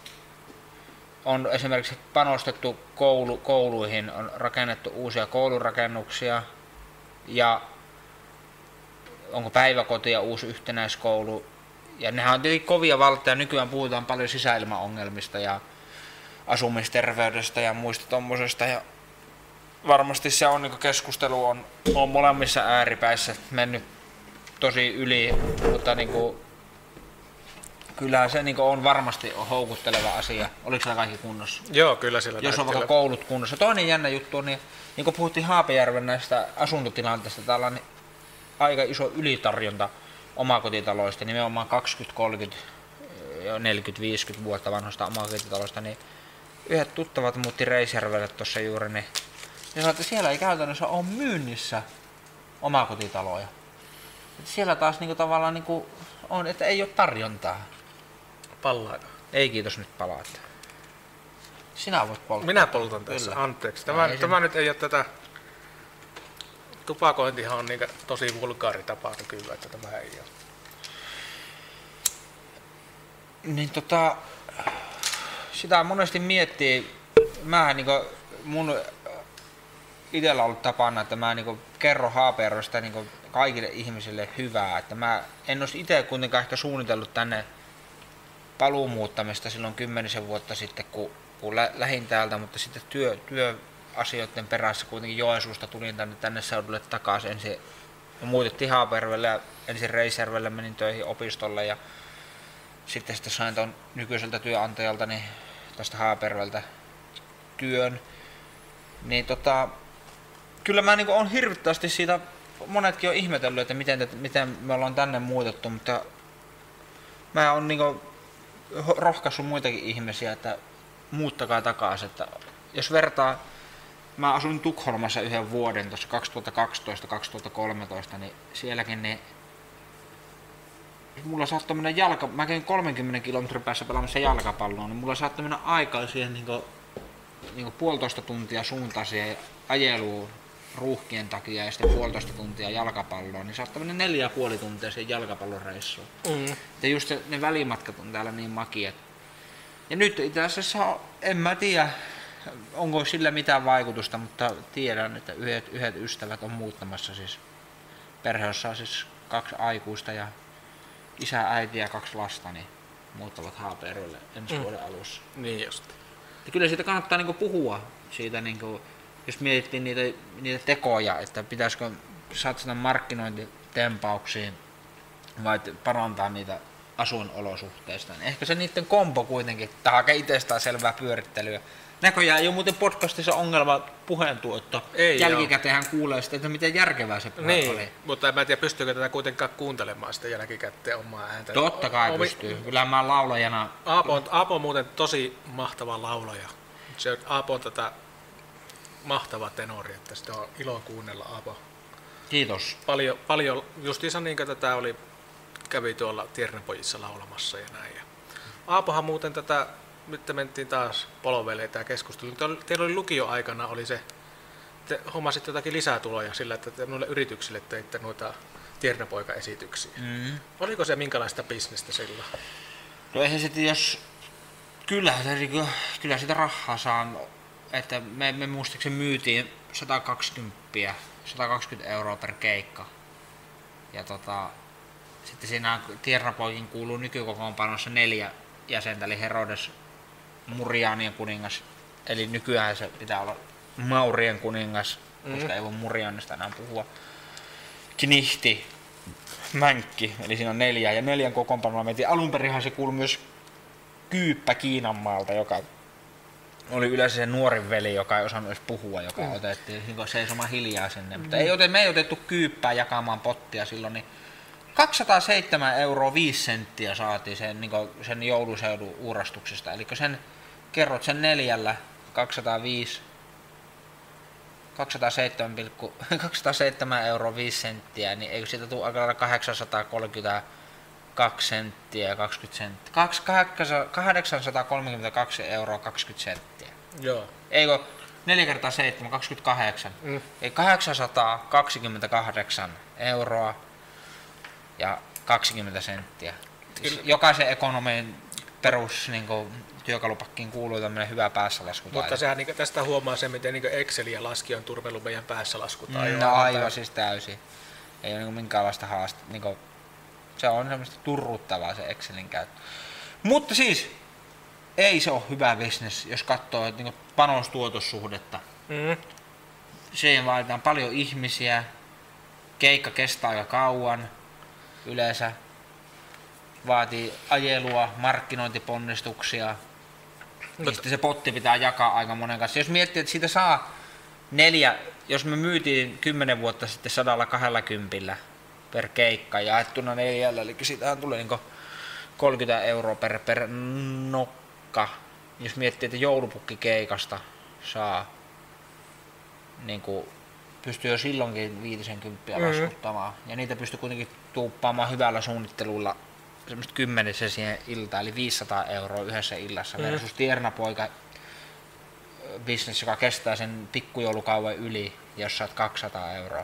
on esimerkiksi panostettu kouluihin, on rakennettu uusia koulurakennuksia ja onko päiväkoti ja uusi yhtenäiskoulu. Ja nehän on tietenkin kovia valtteja, nykyään puhutaan paljon sisäilmaongelmista ja asumisterveydestä ja muista tommosesta. Ja varmasti se on, niin keskustelu on molemmissa ääripäissä mennyt tosi yli, mutta niin kuin, kyllähän se niin on varmasti houkutteleva asia. Oliko siellä kaikki kunnossa? Joo, kyllä siellä. Jos on vaikka koulut kunnossa. Toinen jännä juttu on, niin kuin puhuttiin Haapajärven näistä asuntotilanteista, täällä on niin aika iso ylitarjonta omakotitaloista, nimenomaan 20, 30, 40, 50 vuotta vanhoista omakotitaloista, niin yhdet tuttavat muutti Reisjärvelle tuossa juuri, niin sanoi, että siellä ei käytännössä ole myynnissä omakotitaloja. Että siellä taas niinku tavallaan niinku on, että ei ole tarjontaa. Pallaako? Ei kiitos, nyt palaat. Sinä voit polttaa. Minä poltan tässä, kyllä. Anteeksi. Tämä nyt ei ole tätä. Tupakointihan on niin tosi vulgaari tapa nykyään, että tämä ei ole. Niin sitä monesti miettii. Mä mun itellä on ollut tapana, että mä kerron Haapajärvestä kaikille ihmisille hyvää. Että mä en olisi itse kuitenkaan ehkä suunnitellut tänne paluumuuttamista silloin 10 vuotta sitten, kun lähdin täältä, mutta sitten asioiden perässä kuitenkin Joensuusta tulin tänne seudulle takaisin. Ensin muutettiin Haapavedelle ja ensin Reisjärvelle menin töihin opistolle ja sitten sain tuon nykyiseltä työnantajalta niin tästä Haapavedeltä työn. Niin kyllä mä niin on hirvittävästi siitä, monetkin on ihmetellyt, että miten me ollaan tänne muutettu, mutta mä oon niin rohkaissut muitakin ihmisiä, että muuttakaa takaisin. Että jos vertaa, mä asuin Tukholmassa yhden vuoden tuossa 2012-2013, niin sielläkin niin mulla saattoi mennä mä kävin 30 kilometrin päässä pelaamassa jalkapalloa, niin mulla saattoi mennä aikaa siihen niin 1,5 tuntia suuntaisia ajeluun ruuhkien takia ja sitten 1,5 tuntia jalkapalloa, niin saattoi mennä 4,5 tuntia siihen jalkapalloreissuun. Ja just ne välimatkat on täällä niin makiat. Ja nyt itse asiassa en mä tiedä, onko sillä mitään vaikutusta, mutta tiedän, että yhdet ystävät on muuttamassa siis perhe, jossa on siis 2 aikuista ja isä, äiti ja 2 lasta, niin muuttavat Haapavedelle ensi vuoden alussa. Niin just. Ja kyllä siitä kannattaa niinku puhua, siitä niinku, jos mietittiin niitä tekoja, että pitäisikö satsata markkinointitempauksiin vai parantaa niitä asuinolosuhteista. Niin ehkä se niiden kombo kuitenkin, tämä on itsestään selvää pyörittelyä. Näköjään ei ole muuten podcastissa ongelma puheentuotto. Jälkikäteenhän kuulee sitten, että miten järkevää se puhe oli. Mutta en mä tiedä, pystyykö tätä kuitenkaan kuuntelemaan sitä jälkikäteen omaa ääntä. Totta kai pystyy. Kyllä mä laulajana. Aapo on muuten tosi mahtava laulaja. Aapo on tätä mahtava tenori, että sitä on ilo kuunnella Aapo. Kiitos. Paljon justiinsa niin kuin tätä kävi tuolla Tiernepojissa laulamassa ja näin. Ja Aapohan muuten tätä, nyt mentiin taas polveille tämä keskustelu. Teillä oli lukioaikana, te hommasitte jotakin lisätuloja sillä, että te noille yrityksille teitte noita Tiernepoika-esityksiä. Oliko se minkälaista bisnestä sillä? No eihän sitten kyllä sitä rahaa saa, että me muistaakseni myytiin 120 € per keikka. Ja sitten siinä Tiernapoikin kuuluu nykykokoonpanossa 4 jäsentä, eli Herodes, Murianien kuningas, eli nykyään se pitää olla Maurien kuningas, koska ei voi Murianista enää puhua. Knihti, Mänkki, eli siinä on 4, ja 4 kokoonpanolla mentiin. Alunperinhan se kuului myös Kyyppä Kiinanmaalta, joka oli yleensä se nuorin veli, joka ei osannut edes puhua, joka otettiin seisomaan hiljaa sinne. Mutta me ei otettu Kyyppää jakamaan pottia silloin, niin 207,05 € saatiin sen jouluseudun uurastuksesta. Eli kun sen kerrot sen 4, 207,05 €, niin eikö siitä tule aika lailla 832 senttiä ja 20 senttiä. 832 € 20 senttiä. Joo. Eikö 4 kertaa 7, 28. Ei 828 € ja 20 senttiä. Jokaisen ekonomin perus työkalupakkiin kuuluu tämmöinen hyvä päässälasku. Mutta sehän tästä huomaa se, miten Excel ja laski on turvellut meidän päässälaskua. No aivan siis täysin. Ei ole minkäänlaista haastetta. Se on semmoista turruttavaa se Excelin käyttö. Mutta siis ei se ole hyvä business, jos katsoo panostuotossuhdetta. Siihen vaaditaan paljon ihmisiä, keikka kestää aika kauan yleensä, vaatii ajelua, markkinointiponnistuksia, ja sitten se potti pitää jakaa aika monen kanssa. Jos miettii, että siitä saa 4, jos me myytiin 10 vuotta sitten 120 per keikka jaettuna 4, eli siitähän tulee 30 € per nokka. Jos miettii, että joulupukkikeikasta saa, pystyy jo silloinkin 50 laskuttamaan. Ja niitä pystyy kuitenkin tuuppaamaan hyvällä suunnittelulla semmoista 10 siihen iltaan, eli 500 € yhdessä illassa versus Tiernapoika business, joka kestää sen pikkujoulukauden yli, jos saat 200 €.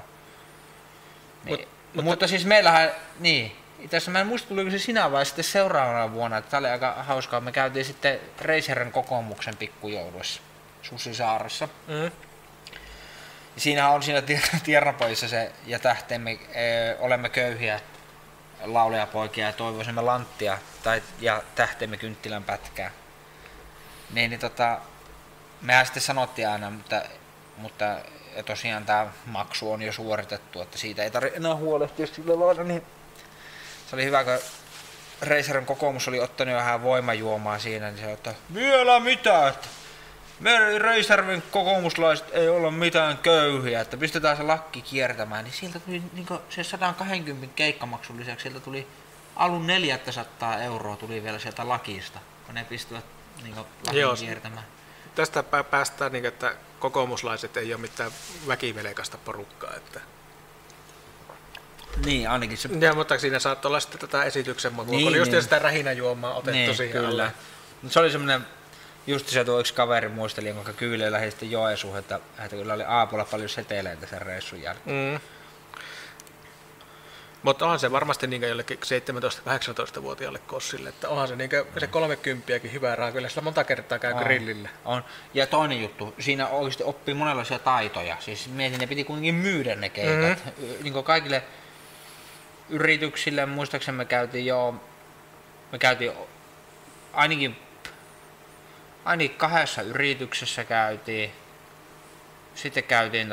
Mutta siis meillähän, itse asiassa mä en muista, tuliko se sinä vai sitten seuraavana vuonna, että tää oli aika hauskaa. Me käytiin sitten Reisjärven kokoomuksen pikkujouluissa Susisaaressa. Siinähän on siinä Tiernapoissa se ja tähteemme olemme köyhiä laulajapoikia ja toivoisimme lanttia ja tähteemme kynttilän pätkää. Mehän sitten sanottiin aina, mutta mutta ja tosiaan tämä maksu on jo suoritettu, että siitä ei tarvitse enää huolehtia sillä lailla, niin se oli hyvä, kun Racerin kokoomus oli ottanut vähän voimajuomaa siinä, niin se on, että vielä mitä, että me Reisjärven kokoomuslaiset ei olla mitään köyhiä, että pistetään se lakki kiertämään, niin sieltä tuli niin se 120 keikkamaksun lisäksi, sieltä tuli alun 400 € tuli vielä sieltä lakista, kun ne pistivät niin lakin kiertämään. Tästä päästään, niin, että kokoomuslaiset ei ole mitään väkivelekasta porukkaa. Että... Niin, ainakin se... Ja, mutta siinä saattoi olla sitten tätä esityksen makua, niin, kun oli just niin. sitä rähinäjuomaa otettu niin, siihen kyllä. alle. Se oli semmoinen, just se tuo yksi kaveri muisteli, jonka Kyyle lähti sitten Joensuuhun, että kyllä oli aapulla paljon seteleitä sen reissun jälkeen. Mutta onhan se varmasti niin jollekin 17-18-vuotiaalle kossille, että onhan se, niin se 30 hyvää rahaa, kyllä sillä monta kertaa käy grillillä. On. Ja toinen juttu, siinä oikeasti oppii monenlaisia taitoja, siis mietin, ne piti kuitenkin myydä ne keikat. Niin kaikille yrityksille, muistaakseni me käytiin ainakin 2 yrityksessä käytiin, sitten käytiin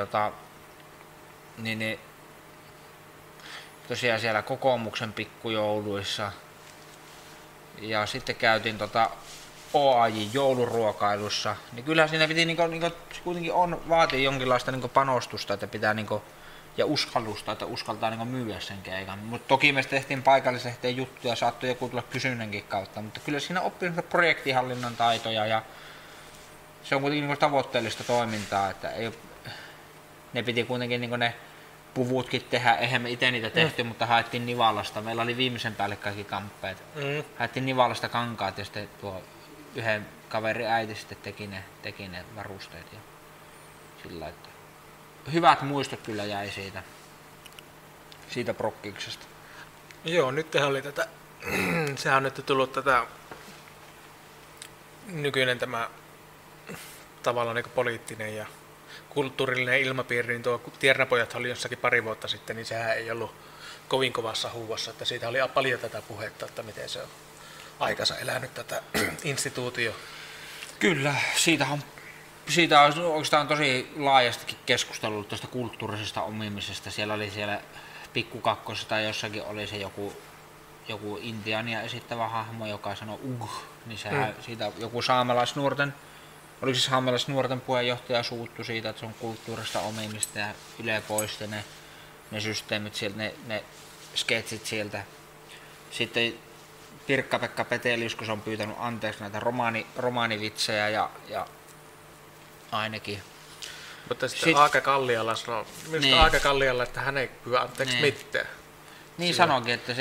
tosiaan siellä kokoomuksen pikkujouluissa ja sitten käytiin OAJin jouluruokailussa, niin kyllä siinä piti kuitenkin vaatii jonkinlaista panostusta, että pitää ja uskallusta, että uskaltaa myydä sen keikan. Mutta toki me tehtiin paikallislehteen juttuja, saattoi joku tulla kysynnänkin kautta, mutta kyllä siinä oppii projektihallinnan taitoja ja se on kuitenkin tavoitteellista toimintaa, että ne piti kuitenkin ne puvutkin tehdä, eihän me itse niitä tehty, mutta haettiin Nivalasta. Meillä oli viimeisen päälle kaikki kamppeet. Haettiin Nivalasta kankaat ja sitten tuo yhden kaverin äiti sitten teki ne varusteet. Ja sillä, että hyvät muistot kyllä jäi siitä prokkiksesta. Joo, nyt oli tätä, sehän on nyt tullut tätä nykyinen tämä tavallaan niin poliittinen ja kulttuurillinen ilmapiiri, niin tuo Tiernapojat oli jossakin pari vuotta sitten, niin sehän ei ollut kovin kovassa huuassa, että siitä oli paljon tätä puhetta, että miten se on aikansa elänyt tätä instituutio. Kyllä, siitä on oikeastaan tosi laajastikin keskustellut tästä kulttuurisesta omimisesta. Siellä oli Pikkukakkosessa tai jossakin oli se joku intiania esittävä hahmo, joka sanoi niin sehän siitä joku saamelaisnuorten oliko se saamelaisnuorten puheenjohtaja suuttu siitä, että se on kulttuurista omimista ja Yle poisti ne systeemit sieltä, ne sketsit sieltä. Sitten Pirkka-Pekka Petelius, kun se on pyytänyt anteeksi näitä romaanivitsejä ja ainakin. Mutta sitten Aake Kalliala sanoo, minusta Aake Kalliala, että hän ei pyydä anteeksi mitään. Niin sanoinkin, että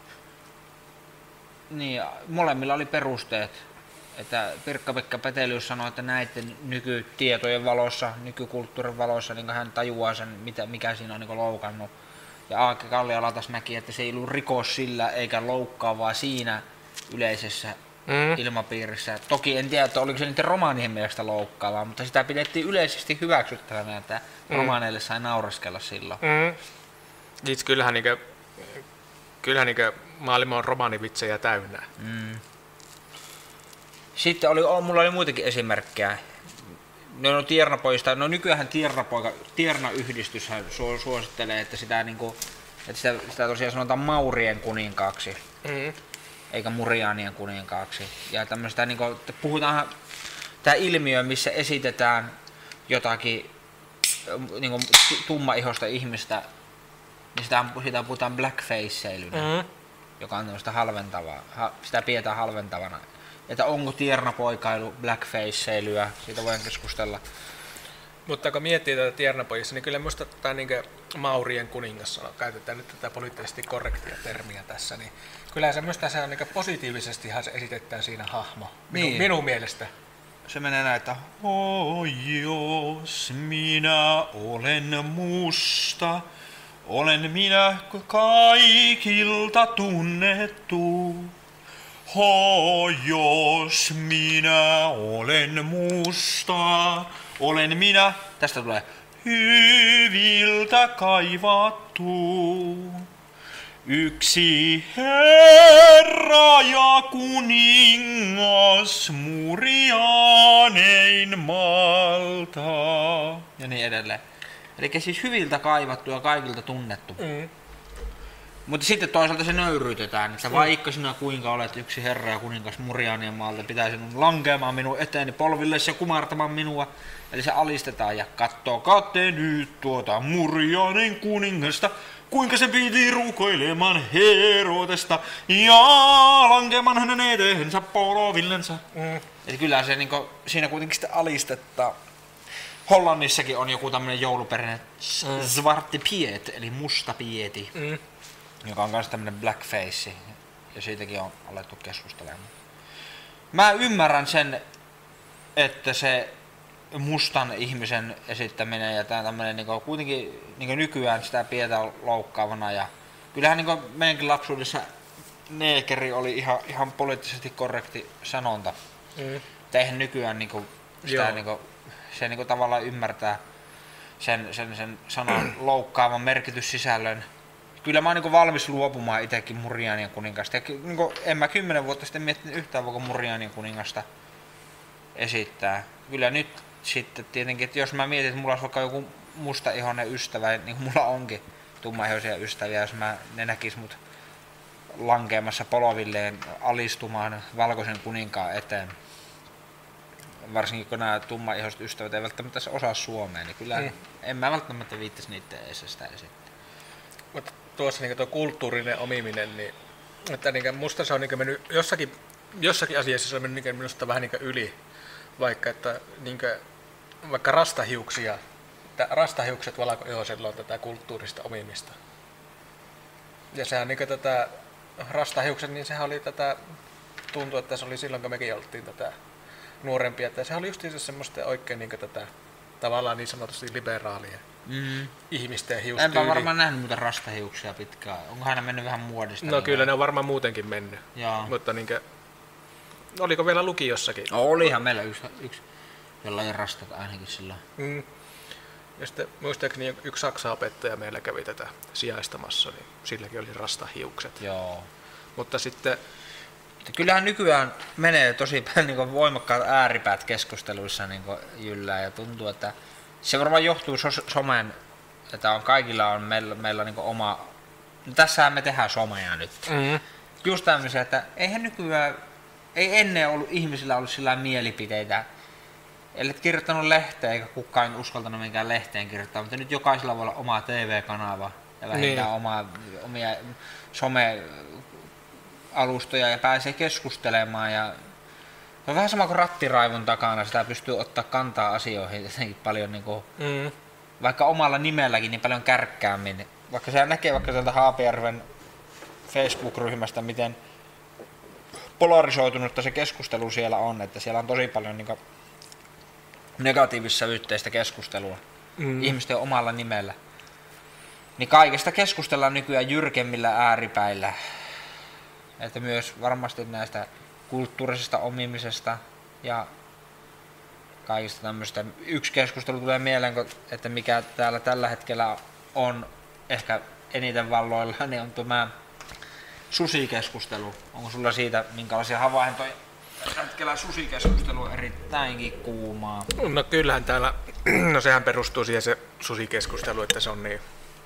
molemmilla oli perusteet. Että Pirkka-Pekka Petelius sanoi, että näiden nykytietojen valossa, nykykulttuurin valossa niin hän tajuaa sen, mikä siinä on loukannut. Ja Aake Kalliala taas näki, että se ei ollut rikos sillä eikä loukkaavaa siinä yleisessä ilmapiirissä. Toki en tiedä, että oliko se niiden romaanien mielestä loukkaavaa, mutta sitä pidettiin yleisesti hyväksyttävänä, että romaaneille sai nauraskella silloin. Itse kyllähän maailma on romaanivitsejä täynnä. Sitten mulla oli muitakin esimerkkejä. Tiernapojista, nykyään Tierna-yhdistys suosittelee, että sitä tosiaan sanotaan Maurien kuninkaaksi, eikä Murianien kuninkaaksi. Ja tämmöistä puhutaan tämä ilmiö, missä esitetään jotakin tummaihoista ihmistä, niin siitä puhutaan blackface-seilynä, joka on tämmöistä halventavaa, sitä pidetään halventavana. Että onko tiernapoikailu blackface-seilyä, siitä voidaan keskustella. Mutta kun miettii tätä tiernapojissa, niin kyllä minusta tämä Maurien kuningas, käytetään nyt tätä poliittisesti korrektia termiä tässä, niin kyllä se minusta se on positiivisestihan se esitetään siinä hahmo, minun mielestä. Se menee näin, että jos minä olen musta, olen minä kaikilta tunnettu. Jos minä olen musta, olen minä, tästä tulee, hyviltä kaivattu. Yksi herra ja kuningas Murianein maalta. Ja ja niin edelleen. Eli siis hyviltä kaivattu ja kaikilta tunnettu. Mutta sitten toisaalta se nöyryytetään, että vaikka sinä kuinka olet yksi herra ja kuningas Murianien maalta, pitää sinun lankeamaan minun eteeni polvillesi ja kumartamaan minua. Eli se alistetaan ja kattokaa te nyt tuota Murianin kuningasta, kuinka se piti rukoilemaan Herodesta ja lankeamaan hänen eteensä polvillensa. Eli kyllä se niinku, siinä kuitenkin sitten alistetaan. Hollannissakin on joku tämmönen jouluperinne Zwarte Piet, eli musta pieti. Joka on myös tämmönen blackface, ja siitäkin on alettu keskustelemaan. Mä ymmärrän sen, että se mustan ihmisen esittäminen ja tämmönen niinku, kuitenkin niinku nykyään sitä pidetään loukkaavana. Ja kyllähän niinku meidänkin lapsuudessa neekeri oli ihan poliittisesti korrekti sanonta. Eihän nykyään niinku, sitä niinku, se niinku tavallaan ymmärtää sen sanan loukkaavan merkityssisällön. Kyllä mä oon niinku valmis luopumaan itekin Murianien kuningasta. Ja niinku, en mä 10 vuotta sitten miettinyt yhtään voiko Murianien kuningasta esittää. Kyllä nyt sitten tietenkin, että jos mä mietin, että mulla olisi vaikka joku mustaihoinen ystävä, niin kuin mulla onkin tummaihoisia ystäviä, jos ne näkis mut lankeamassa polvilleen alistumaan valkoisen kuninkaan eteen. Varsinkin kun nämä tummaihoiset ystävät ei välttämättä osaa suomea, niin kyllä en mä välttämättä viittäisi niiden eessä sitä esittää. Mutta tuossa niin tuo kulttuurinen omiminen, niin, että niin musta se on niin mennyt jossakin asiassa se on mennyt niin minusta vähän niin yli, vaikka että niin vaikka rastahiukset valkoihoisella on tätä kulttuurista omimista. Ja sehän niin tätä rastahiukset, niin sehän oli tätä, tuntui, että se oli silloin kun mekin oltiin tätä nuorempia, että se oli justiinsa semmoista oikein niin tätä tavallaan niin sanotusti liberaalia. Ihmisten hiustyyli. Enpä varmaan nähnyt muuten rastahiuksia pitkään. Onko aina mennyt vähän muodista? No kyllä ne on varmaan muutenkin mennyt. Jaa. Mutta niinkö, oliko vielä lukiossakin? No, olihan meillä yksi jollain rastat ainakin silloin. Ja sitten muistaakseni yksi saksa-opettaja meillä kävi tätä sijaistamassa, niin silläkin oli rastahiukset. Joo. Mutta sitten kyllähän nykyään menee tosi paljon niin voimakkaat ääripäät keskusteluissa niin jyllää ja tuntuu, että se varmaan johtuu somen, että kaikilla on meillä niin oma. Tässähän me tehdään somea nyt. Just tämmöisiä, että eihän nykyään, ei ennen ollut ihmisillä ollut sillä mielipiteitä. Ellet kirjoittanut lehteen, eikä kukaan uskaltanut minkään lehteen kirjoittaa, mutta nyt jokaisella voi olla oma TV-kanava ja vähintään omia some-alustoja ja pääsee keskustelemaan. Ja se on vähän sama kuin rattiraivon takana, sitä pystyy ottaa kantaa asioihin jotenkin paljon, niin kuin, vaikka omalla nimelläkin, niin paljon kärkkäämmin. Vaikka se näkee vaikka sieltä Haapajärven Facebook-ryhmästä, miten polarisoitunutta se keskustelu siellä on, että siellä on tosi paljon niin negatiivissävytteistä keskustelua ihmisten omalla nimellä. Niin kaikesta keskustellaan nykyään jyrkemmillä ääripäillä. Että myös varmasti näistä kulttuurisesta omimisesta ja kaikista tämmöistä. Yksi keskustelu tulee mieleen, että mikä täällä tällä hetkellä on ehkä eniten valloilla, niin on tämä susikeskustelu. Onko sulla siitä minkälaisia havaintoja? Tällä hetkellä susikeskustelu on erittäinkin kuumaa. No kyllähän täällä, no sehän perustuu siihen se susikeskustelu, että se on niin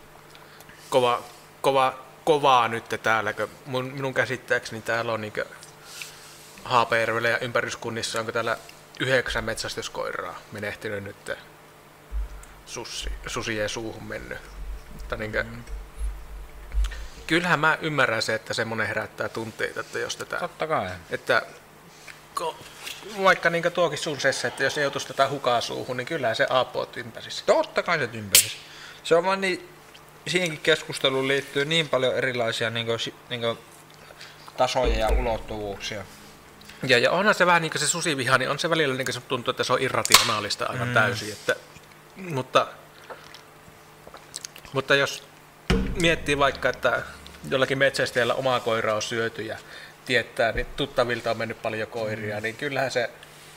kovaa nyt täällä. Minun käsittääkseni täällä on niinkö Haapajärvellä ja ympäryskunnissa, onko täällä 9 metsästyskoiraa menehtynyt nyt susien suuhun mennyt. Mutta niinkö, kyllähän mä ymmärrän se, että semmoinen herättää tunteita, että jos tätä. Totta kai. Että vaikka niin tuokin sun sessä, että jos ei joutuisi tätä hukaa suuhun, niin kyllähän se aapot ympäristössä. Totta kai se ympäristössä. Se on vaan niin, siihenkin keskusteluun liittyy niin paljon erilaisia niin kuin tasoja ja ulottuvuuksia. Ja onhan se vähän niin kuin se susiviha, niin on se välillä niin kuin se tuntuu, että se on irrationaalista aivan täysin. Että, mutta jos miettii vaikka, että jollakin metsästäjällä omaa koiraa on syöty ja tietää, niin tuttavilta on mennyt paljon koiria, niin kyllähän se.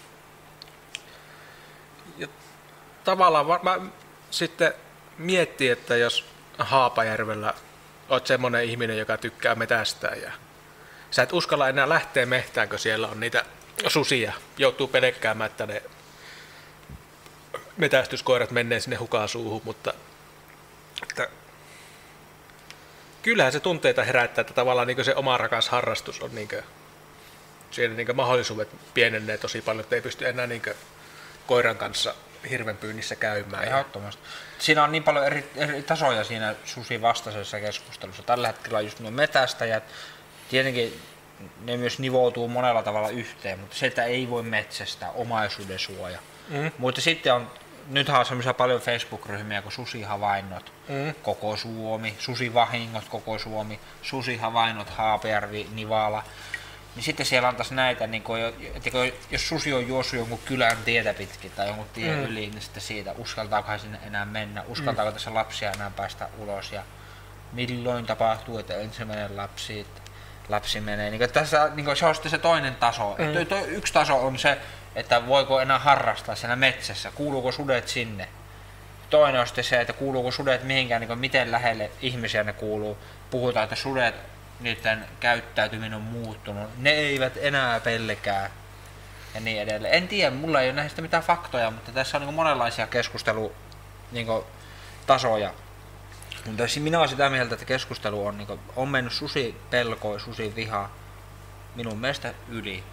Ja tavallaan mä sitten miettii, että jos Haapajärvellä oot semmoinen ihminen, joka tykkää metästää ja sä et uskalla enää lähteä mehtään, kun siellä on niitä susia, joutuu pelkkäämään, että ne metästyskoirat menee sinne hukasuuhun, mutta että kyllähän se tunteita herättää, että tavallaan niin se oma rakas harrastus on siinä mahdollisuudet pienenee tosi paljon, että ei pysty enää koiran kanssa hirvenpyynnissä käymään. Ehdottomasti. Siinä on niin paljon eri tasoja siinä susivastaisessa keskustelussa. Tällä hetkellä on just nuo metästäjät. Tietenkin ne myös nivoutuu monella tavalla yhteen, mutta se, että ei voi metsästää, omaisuuden suoja. Mutta sitten nythän on semmoisia paljon Facebook-ryhmiä kuin susihavainnot, koko Suomi, susivahingot, koko Suomi, susihavainnot, Haapajärvi, Nivala. Niin sitten siellä on taas näitä, niin että jos susi on juossut jonkun kylän tietä pitkin tai jonkun tien yli, niin sitten siitä uskaltaako hän sinne enää mennä, uskaltaako tässä lapsia enää päästä ulos ja milloin tapahtuu, että ensimmäinen lapsi menee. Niin tässä se on sitten se toinen taso. Yksi taso on se, että voiko enää harrastaa siellä metsässä, kuuluuko sudet sinne. Toinen on sitten se, että kuuluuko sudet mihinkään, miten lähelle ihmisiä ne kuuluu. Puhutaan, että sudet, niiden käyttäytyminen on muuttunut, ne eivät enää pelkää ja niin edelleen. En tiedä, mulla ei ole näistä mitään faktoja, mutta tässä on monenlaisia keskustelutasoja. Mutta minä olen sitä mieltä, että keskustelu on mennyt susipelko ja susiviha minun mielestä yli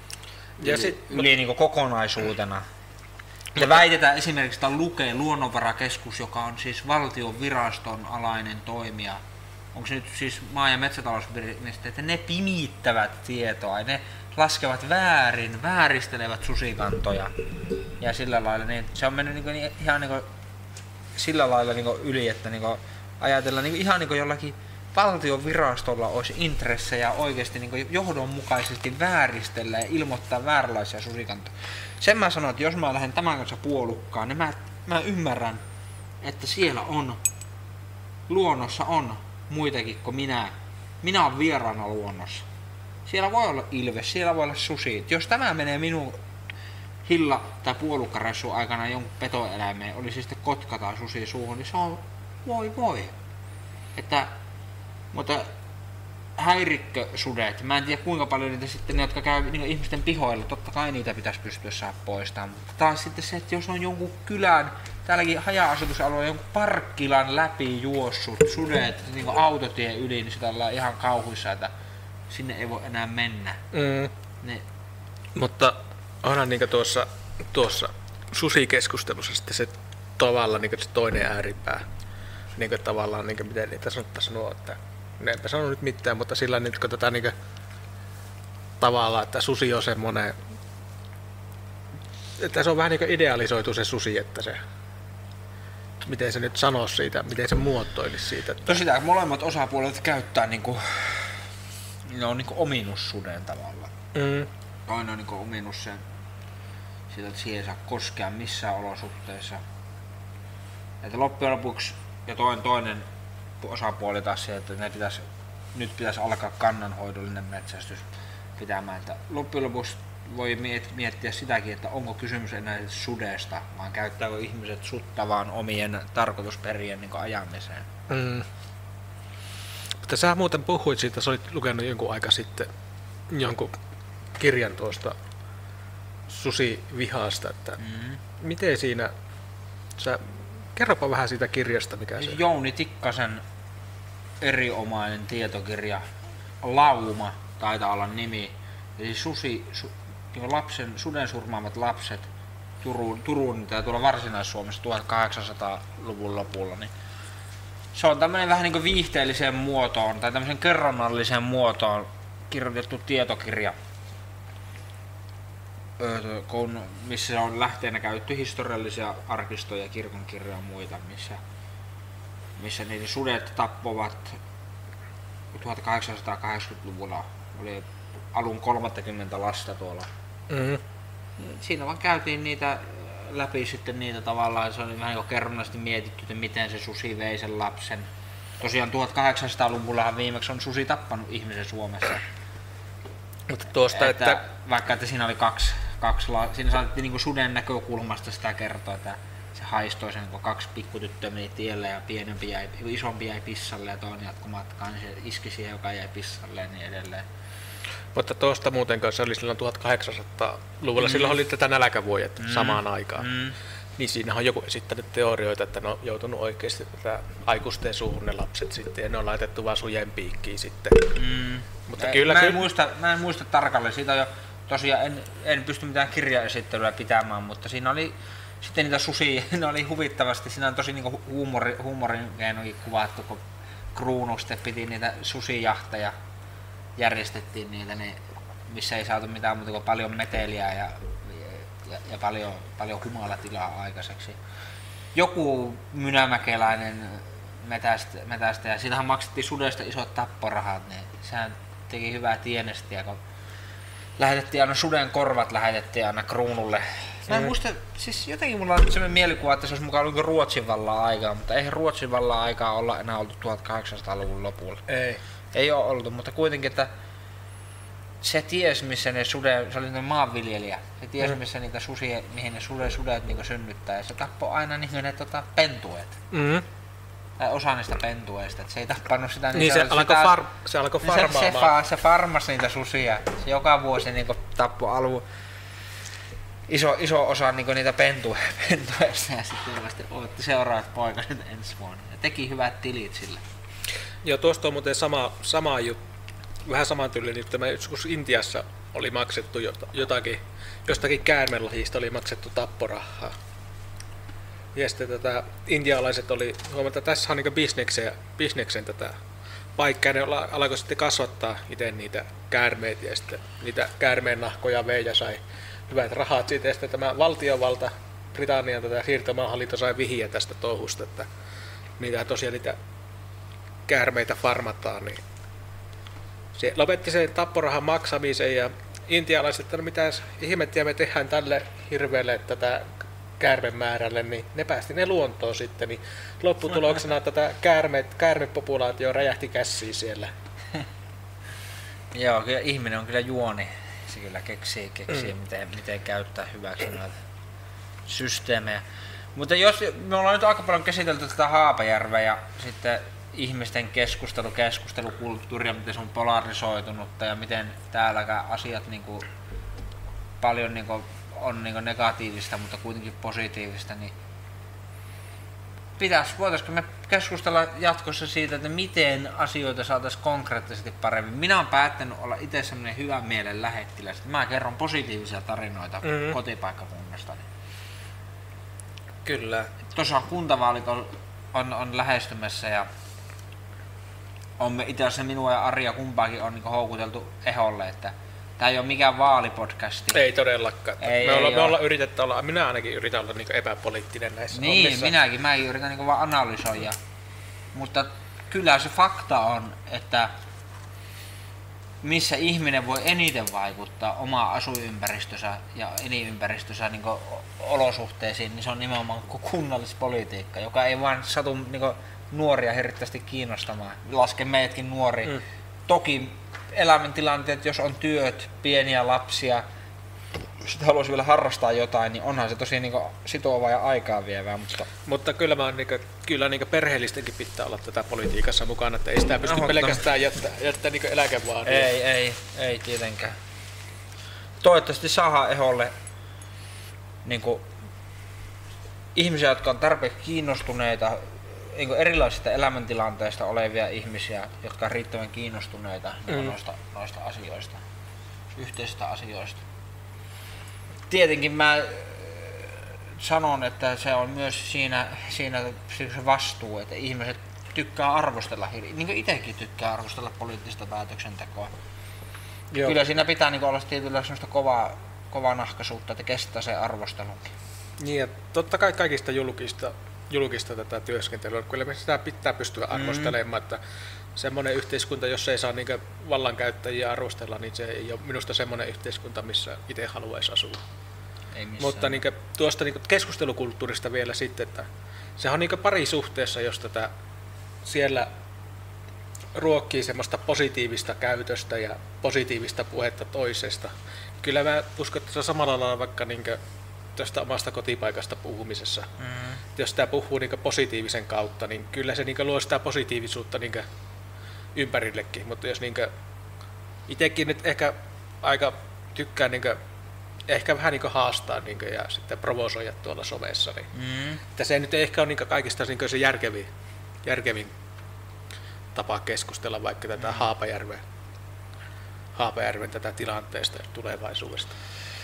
kokonaisuutena. Ja väitetään esimerkiksi, että Luke, luonnonvarakeskus, joka on siis valtion viraston alainen toimija, onko se nyt siis maa- ja metsätalousministeri, että ne pimittävät tietoa, ne laskevat väärin, vääristelevät susikantoja ja sillä lailla, niin se on mennyt ihan sillä lailla yli, että ajatellaan ihan jollakin valtion virastolla olisi intressejä oikeasti johdonmukaisesti vääristellä ja ilmoittaa vääränlaisia susikantoja. Sen mä sanon, että jos mä lähden tämän kanssa puolukkaan, niin mä ymmärrän, että siellä luonnossa on muitakin kuin minä. Minä olen vieraana luonnossa. Siellä voi olla ilves, siellä voi olla susi. Jos tämä menee minun hilla- tai puolukkareissun aikana jonkun petoeläimeen, oli se sitten kotka tai susi suuhun, niin se on voi. Mutta häirikkösudet, mä en tiedä kuinka paljon niitä sitten, ne jotka käy ihmisten pihoilla, totta kai niitä pitäisi pystyä saada poistamaan. Mutta taas sitten se, että jos on jonkun kylän, täälläkin haja-asutusalueen jonkun parkkilan läpi juossut sudet autotien yli, niin sitä ollaan ihan kauhuissa, että sinne ei voi enää mennä. Mutta onhan tuossa susikeskustelussa sitten se tavallaan se toinen ääripää. Tavallaan miten niitä sanoa, että enpä sano nyt mitään, mutta sillä nyt kun tavallaan, että susi on semmoinen, että se on vähän idealisoitu se susi, että se, miten se nyt sanoisi siitä, miten se muotoilisi siitä. Että no sitä molemmat osapuolet käyttää ne on ominussuden tavalla. Toinen on ominus sen, siitä että siihen ei saa koskea missään olosuhteissa. Että loppujen lopuksi ja toinen osapuoli taas se, että nyt pitäisi alkaa kannanhoidollinen metsästys pitämään. Että loppujen lopuksi voi miettiä sitäkin, että onko kysymys enää sudesta, vaan käyttääkö ihmiset sutta vaan omien tarkoitusperien ajamiseen. Mutta sä muuten puhuit siitä, sä olit lukenut jonkun aika sitten jonkun kirjan tuosta susivihasta, että miten siinä, kerropa vähän siitä kirjasta, mikä se on. Jouni Tikkasen erinomainen tietokirja, Lauma taitaa olla nimi, eli suden surmaamat lapset Turun tai tuolla Varsinais-Suomessa 1800-luvun lopulla, niin se on tämmöinen vähän viihteelliseen muotoon tai tämmöisen kerronnalliseen muotoon kirjoitettu tietokirja, missä on lähteenä käytetty historiallisia arkistoja, kirkonkirjoja ja muita, missä niiden sudet tappovat 1880-luvulla. Oli alun 30 lasta tuolla. Siinä vaan käytiin niitä läpi sitten niitä tavallaan, se oli vähän kerronnasti mietitty, että miten se susi vei sen lapsen. Tosiaan 1800-luvullahan viimeksi on susi tappanut ihmisen Suomessa. Mutta tuosta, että vaikka että siinä oli kaksi siinä saatettiin suden näkökulmasta sitä kertoa, että se haistoi sen, kun kaksi pikkutyttöä meni tielle ja isompi jäi pissalle ja toinen jatkoi matkaan, niin se iski siihen, joka jäi pissalle ja niin edelleen. Mutta tuosta muuten kanssa oli silloin 1800-luvulla, silloin oli tätä nälkävuodet samaan aikaan. Niin siinä on joku esittänyt teorioita, että ne on joutunut oikeasti tätä aikuisten suuhun ne lapset sitten ja ne on laitettu vaan sujen piikkiin sitten. Mutta mä en muista tarkalleen, siitä on jo tosiaan en pysty mitään kirjaesittelyä pitämään, mutta siinä oli sitten niitä susia, ne oli huvittavasti, siinä on tosi niinku huumorin keinoin kuvattu, kun Kruunu sitten piti niitä susijahteja, järjestettiin niitä, missä ei saatu mitään muuta kuin paljon meteliä ja paljon humalatilaa aikaiseksi. Joku mynämäkeläinen metästä ja siitähän maksettiin sudesta isot tapporahat, niin sehän teki hyvää tienestiä, kun lähetettiin aina suden korvat aina Kruunulle. Mä en muista, siis jotenkin mulla on sellainen mielikuva, että se olisi mukaan ollut Ruotsin vallan aikaa, mutta eihän Ruotsin vallan aikaa olla enää oltu 1800-luvun lopulla. Ei ole oltu, mutta kuitenkin, että se ties missä ne se oli maanviljelijä, se ties missä niitä susia, mihin ne sudet niinku synnyttää, ja se tappoi aina niinku ne pentueet. Tai osa niistä pentueista, että se ei tappanut sitä. Niin se alkoi farmaamaan. Se farmasi niitä susia, se joka vuosi niinku tappoi iso osa niinku niitä pentueista ja sitten odotti seuraavat poikaset ensi vuonna. Ja teki hyvät tilit sille. Joo, tuosta on muuten sama juttu. Vähän samantyylinen, että mä joskus Intiassa oli maksettu jostakin käärmelajista oli maksettu tapporahaa. Ja sitten intialaiset oli, huomata, että tässä on niin bisneksen tätä paikkaa, ne alkoi sitten kasvattaa itse niitä käärmeitä ja sitten niitä käärmeen nahkoja vei ja sai hyvät rahat siitä. Ja sitten tämä valtiovalta, Britannian siirtomaahallinto sai vihiä tästä touhusta, että tosiaan niitä käärmeitä farmataan, niin se lopetti sen tapporahan maksamisen ja intialaiset, että no mitäs ihmettiä me tehdään tälle hirveelle tätä käärmemäärälle, niin ne päästi ne luontoon sitten, niin lopputuloksena tätä käärmepopulaatio räjähti käsiin siellä. Joo, kyllä ihminen on kyllä juoni, se kyllä keksii miten käyttää hyväksi näitä systeemejä. Mutta me ollaan nyt aika paljon käsitelty tätä Haapajärveä ja sitten ihmisten keskustelukulttuuria, miten se on polarisoitunutta ja miten täälläkään asiat niinku paljon niinku on niinku negatiivista, mutta kuitenkin positiivista, niin voitaisiko me keskustella jatkossa siitä, että miten asioita saataisiin konkreettisesti paremmin. Minä olen päättänyt olla itse sellainen hyvän mielen lähettiläs, että mä kerron positiivisia tarinoita kotipaikkakunnastani. Kyllä. Tuossa kuntavaalit on lähestymässä ja itse asiassa minua ja Arja kumpaakin on niin houkuteltu eholle, että tämä ei ole mikään vaalipodcasti. Ei todellakaan. Me ollaan yritetty olla, minä ainakin yritän olla niin epäpoliittinen näissä hommissa. Mäkin yritän niin vaan analysoida. Mutta kyllä se fakta on, että missä ihminen voi eniten vaikuttaa omaa asuinympäristönsä ja elinympäristönsä niin olosuhteisiin, niin se on nimenomaan kunnallispolitiikka, joka ei vaan satu niin nuoria hirveästi kiinnostamaan. Laske meidätkin nuori. Toki elämäntilanteet, jos on työt, pieniä lapsia, sitten haluaisi vielä harrastaa jotain, niin onhan se tosi niin sitovaa ja aikaa vievää. Mutta kyllä kyllä perheellistenkin pitää olla tätä politiikassa mukana, että ei sitä pysty pelkästään jättää niin eläkevaadilla. Ei tietenkään. Toivottavasti saadaan eholle niin ihmisiä, jotka on tarpeeksi kiinnostuneita, niin erilaisista elämäntilanteista olevia ihmisiä, jotka on riittävän kiinnostuneita noista asioista, yhteisistä asioista. Tietenkin mä sanon, että se on myös siinä se vastuu, että ihmiset tykkää arvostella, niin kuin itsekin tykkää arvostella poliittista päätöksentekoa. Joo. Kyllä siinä pitää niin olla tietyllä sellaista kovaa nahkaisuutta, että kestää se arvostelunkin. Niin, ja totta kai kaikista julkista tätä työskentelyä, kyllä me sitä pitää pystyä arvostelemaan, että semmoinen yhteiskunta, jos ei saa niinkö vallankäyttäjiä arvostella, niin se ei ole minusta semmoinen yhteiskunta, missä itse haluaisi asua. Mutta niinkö, tuosta niinkö keskustelukulttuurista vielä sitten, että se on niinkö parisuhteessa, jos tätä siellä ruokkii semmoista positiivista käytöstä ja positiivista puhetta toisesta. Kyllä mä uskon, että se on samalla lailla vaikka niinkö tästä omasta kotipaikasta puhumisessa. Jos sitä puhuu niin positiivisen kautta, niin kyllä se niin luo sitä positiivisuutta niin ympärillekin. Mutta jos niin itsekin nyt ehkä aika tykkään niin ehkä vähän niin haastaa niin ja sitten provosoida tuolla somessa. Niin. Että se nyt ei ehkä ole niin kaikista niin se järkevin tapa keskustella vaikka tätä Haapajärven tätä tilanteesta ja tulevaisuudesta.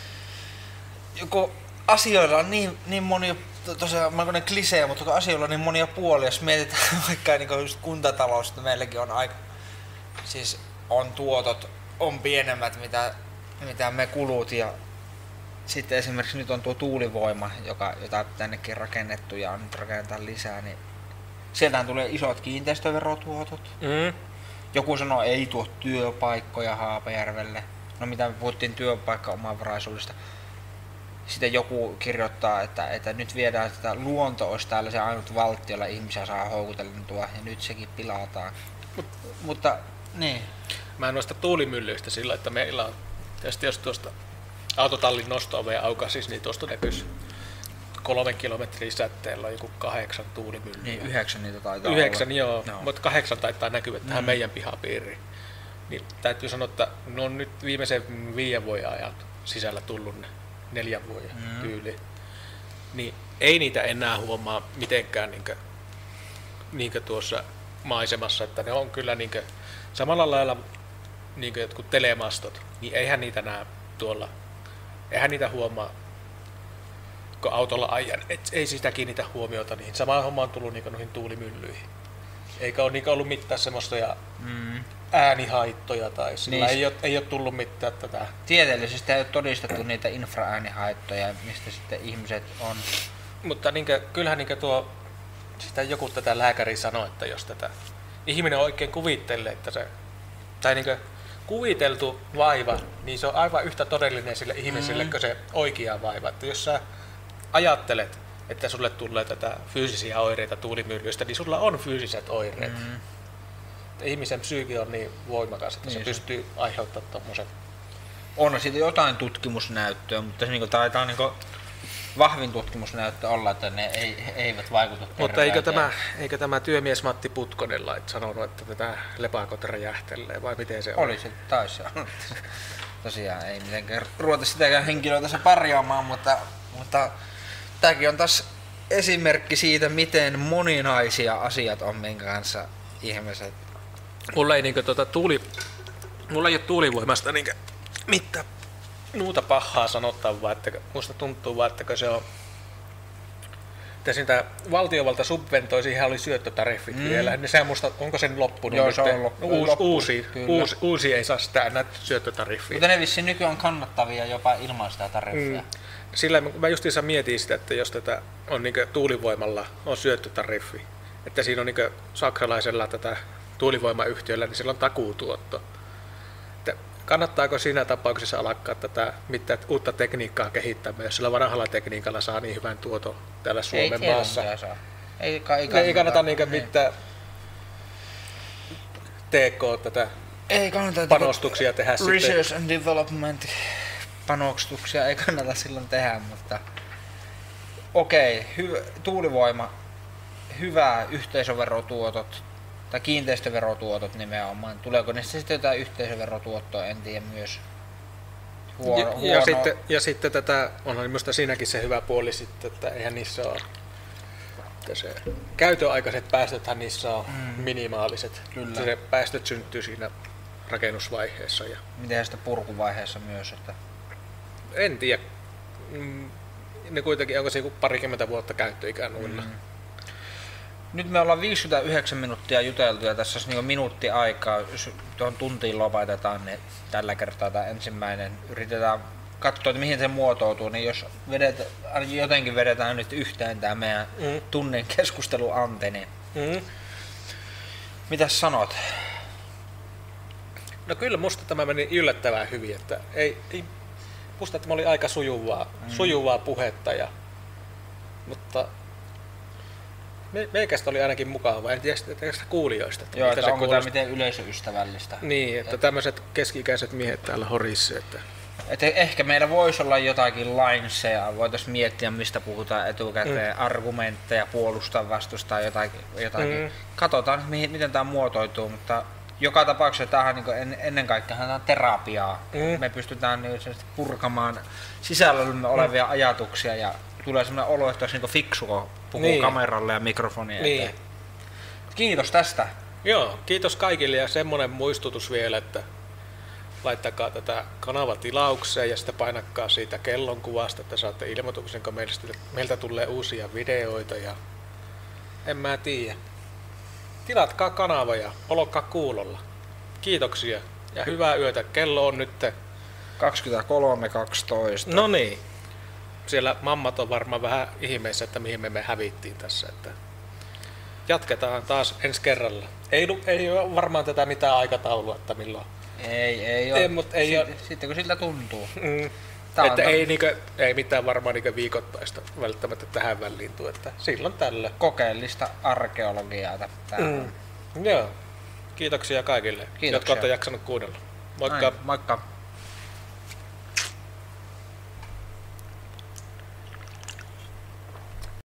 Joko asioilla on niin monia, tosiaan melkoinen klisee, mutta kun asioilla on niin monia puolia, jos mietitään vaikka niin just kuntatalous, että meilläkin on aika, siis on tuotot, on pienemmät mitä me kulut ja sitten esimerkiksi nyt on tuo tuulivoima, jota tännekin rakennettu ja nyt rakennetaan lisää, niin sieltähän tulee isot kiinteistöverotuotot. Joku sanoo, ei tuo työpaikkoja Haapajärvelle. No mitä me puhuttiin työpaikka-omavaraisuudesta. Sitten joku kirjoittaa, että nyt viedään, että luonto olisi täällä se ainut valtti, jolla ihmisiä saa houkuteltua ja nyt sekin pilataan. Mutta niin. Mä en noista tuulimyllyistä sillä, että meillä on, tietysti jos tuosta autotallin nosto-ovea aukaisisi, niin tuosta näkyisi 3 kilometrin säteellä on joku 8 tuulimyllyä. Niin 9 niitä taitaa 9 olla. joo, no. Mutta 8 taitaa näkyä tähän meidän pihapiiriin. Niin täytyy sanoa, että ne on nyt viimeisen 5 vuoden ajan sisällä tullut ne 4 vuoden tyyliin. Niin ei niitä enää huomaa mitenkään niinkö tuossa maisemassa, että ne on kyllä niinkö samalla lailla niinkö jotkut telemastot, niin eihän niitä näe tuolla. Eihän niitä huomaa, kun autolla ajan, ei sitä kiinnitä huomiota niihin. Sama homma on tullut noihin tuulimyllyihin. Eikä ole ollut mitään semmoista äänihaittoja tai sillä niin. ei ole tullut mitään tätä. Tieteellisesti ei ole todistettu niitä infraäänihaittoja, mistä sitten ihmiset on. Mutta kyllähän sitä joku tätä lääkäri sanoi, että jos tätä ihminen oikein kuvittelee, että se, tai kuviteltu vaiva, niin se on aivan yhtä todellinen sille ihmiselle kuin se oikea vaiva. Että jos sä ajattelet, että sulle tulee tätä fyysisiä oireita tuulimyllyistä, niin sulla on fyysiset oireet. Ihmisen psyyki on niin voimakas, että se pystyy aiheuttamaan tommoset. On siitä jotain tutkimusnäyttöä, mutta se taitaa vahvin tutkimusnäyttö olla, että ne eivät vaikuta terveyteen. Mutta eikö tämä työmies Matti Putkonen sanonut, että tätä lepakot räjähtelee, vai miten se on? Oli se, taisi olla. Tosiaan ei mitenkään ruveta sitäkään henkilöä tässä parjaamaan, mutta tämäkin on taas esimerkki siitä, miten moninaisia asiat on, minkä kanssa ihmiset. Mulla ei mulla ei ole tuulivoimasta mitään muuta pahaa sanottavaa, että musta tuntuu vaan, että se on, että siitä valtiovalta subventoi, siihen oli syöttötariffit vielä, niin sehän musta, onko sen loppunut? Joo, se on uusi ei saa sitä näitä syöttötariffia. Mutta ne vissiin nykyään on kannattavia jopa ilman sitä tariffia. Sillä mä justiinsa mietin sitä, että jos tätä on tuulivoimalla on syöttötariffi, että siinä on saksalaisella tätä tuulivoimayhtiöllä, niin sillä on takuutuotto. Että kannattaako siinä tapauksessa alkaa tätä uutta tekniikkaa kehittämään, jos sillä vanhalla tekniikalla saa niin hyvän tuoton täällä Suomen maassa? Ei kannata mitään tätä panostuksia tehdä sitten. Research and development panostuksia ei kannata silloin tehdä, mutta okei, tuulivoima, hyvää yhteisöverotuotot tai kiinteistöverotuotot nimenomaan. Tuleeko niistä sitten jotain yhteisöverotuottoa, en tiedä myös. Huono. Ja sitten tätä, onhan minusta siinäkin se hyvä puoli sitten, että eihän niissä ole, että se käytöaikaiset päästöthän niissä on minimaaliset. Kyllä. Se päästöt syntyy siinä rakennusvaiheessa. Ja miten sitä purkuvaiheessa myös? Että en tiedä. Ne kuitenkin, onko se joku 20 vuotta käyttöikää noilla. Nyt me ollaan 59 minuuttia juteltu ja tässä olisi minuutti aikaa. Jos tuohon tuntiin lopetetaan, niin tällä kertaa tämä ensimmäinen yritetään katsoa, että mihin se muotoutuu. Niin jos jotenkin vedetään nyt yhteen tämä meidän tunnin keskusteluantenni. Mitäs sanot? No kyllä musta tämä meni yllättävän hyvin, että musta tämä oli aika sujuvaa puhetta, mutta meikästä oli ainakin mukavaa, en tiedä sitä kuulijoista. Joo, että onko tämä miten yleisöystävällistä. Niin, että tämmöiset keski-ikäiset miehet täällä horisse. Että ehkä meillä voisi olla jotakin lineseja, voitaisiin miettiä mistä puhutaan etukäteen, argumentteja, puolustaa, vastustaa jotakin. Katsotaan miten tämä muotoituu, mutta joka tapauksessa tämähän niin ennen kaikkea tämä on terapiaa. Me pystytään niin purkamaan sisällöllä olevia ajatuksia ja tulee sellainen olo, että olisi niin fiksu, kun puhuu kameralle ja mikrofonia eteen. Kiitos tästä. Joo, kiitos kaikille ja semmonen muistutus vielä, että laittakaa tätä kanavatilaukseen ja sitten painakkaa siitä kellonkuvasta, että saatte ilmoituksen, kun meiltä tulee uusia videoita ja en mä tiedä. Tilatkaa kanava ja olkaa kuulolla. Kiitoksia ja hyvää yötä. Kello on nyt 23.12. No niin. Siellä mammat on varmaan vähän ihmeessä, että mihin me hävittiin tässä. Että jatketaan taas ensi kerralla. Ei ole varmaan tätä mitään aikataulua, että milloin. Ei ole. Sitten kun siltä tuntuu. Että ei mitään varmaan viikoittaista välttämättä tähän väliin tule, että silloin tällä. Kokeellista arkeologiaa. Joo. Kiitoksia kaikille, jotka olette jaksanut kuunnella. Moikka! Moikka!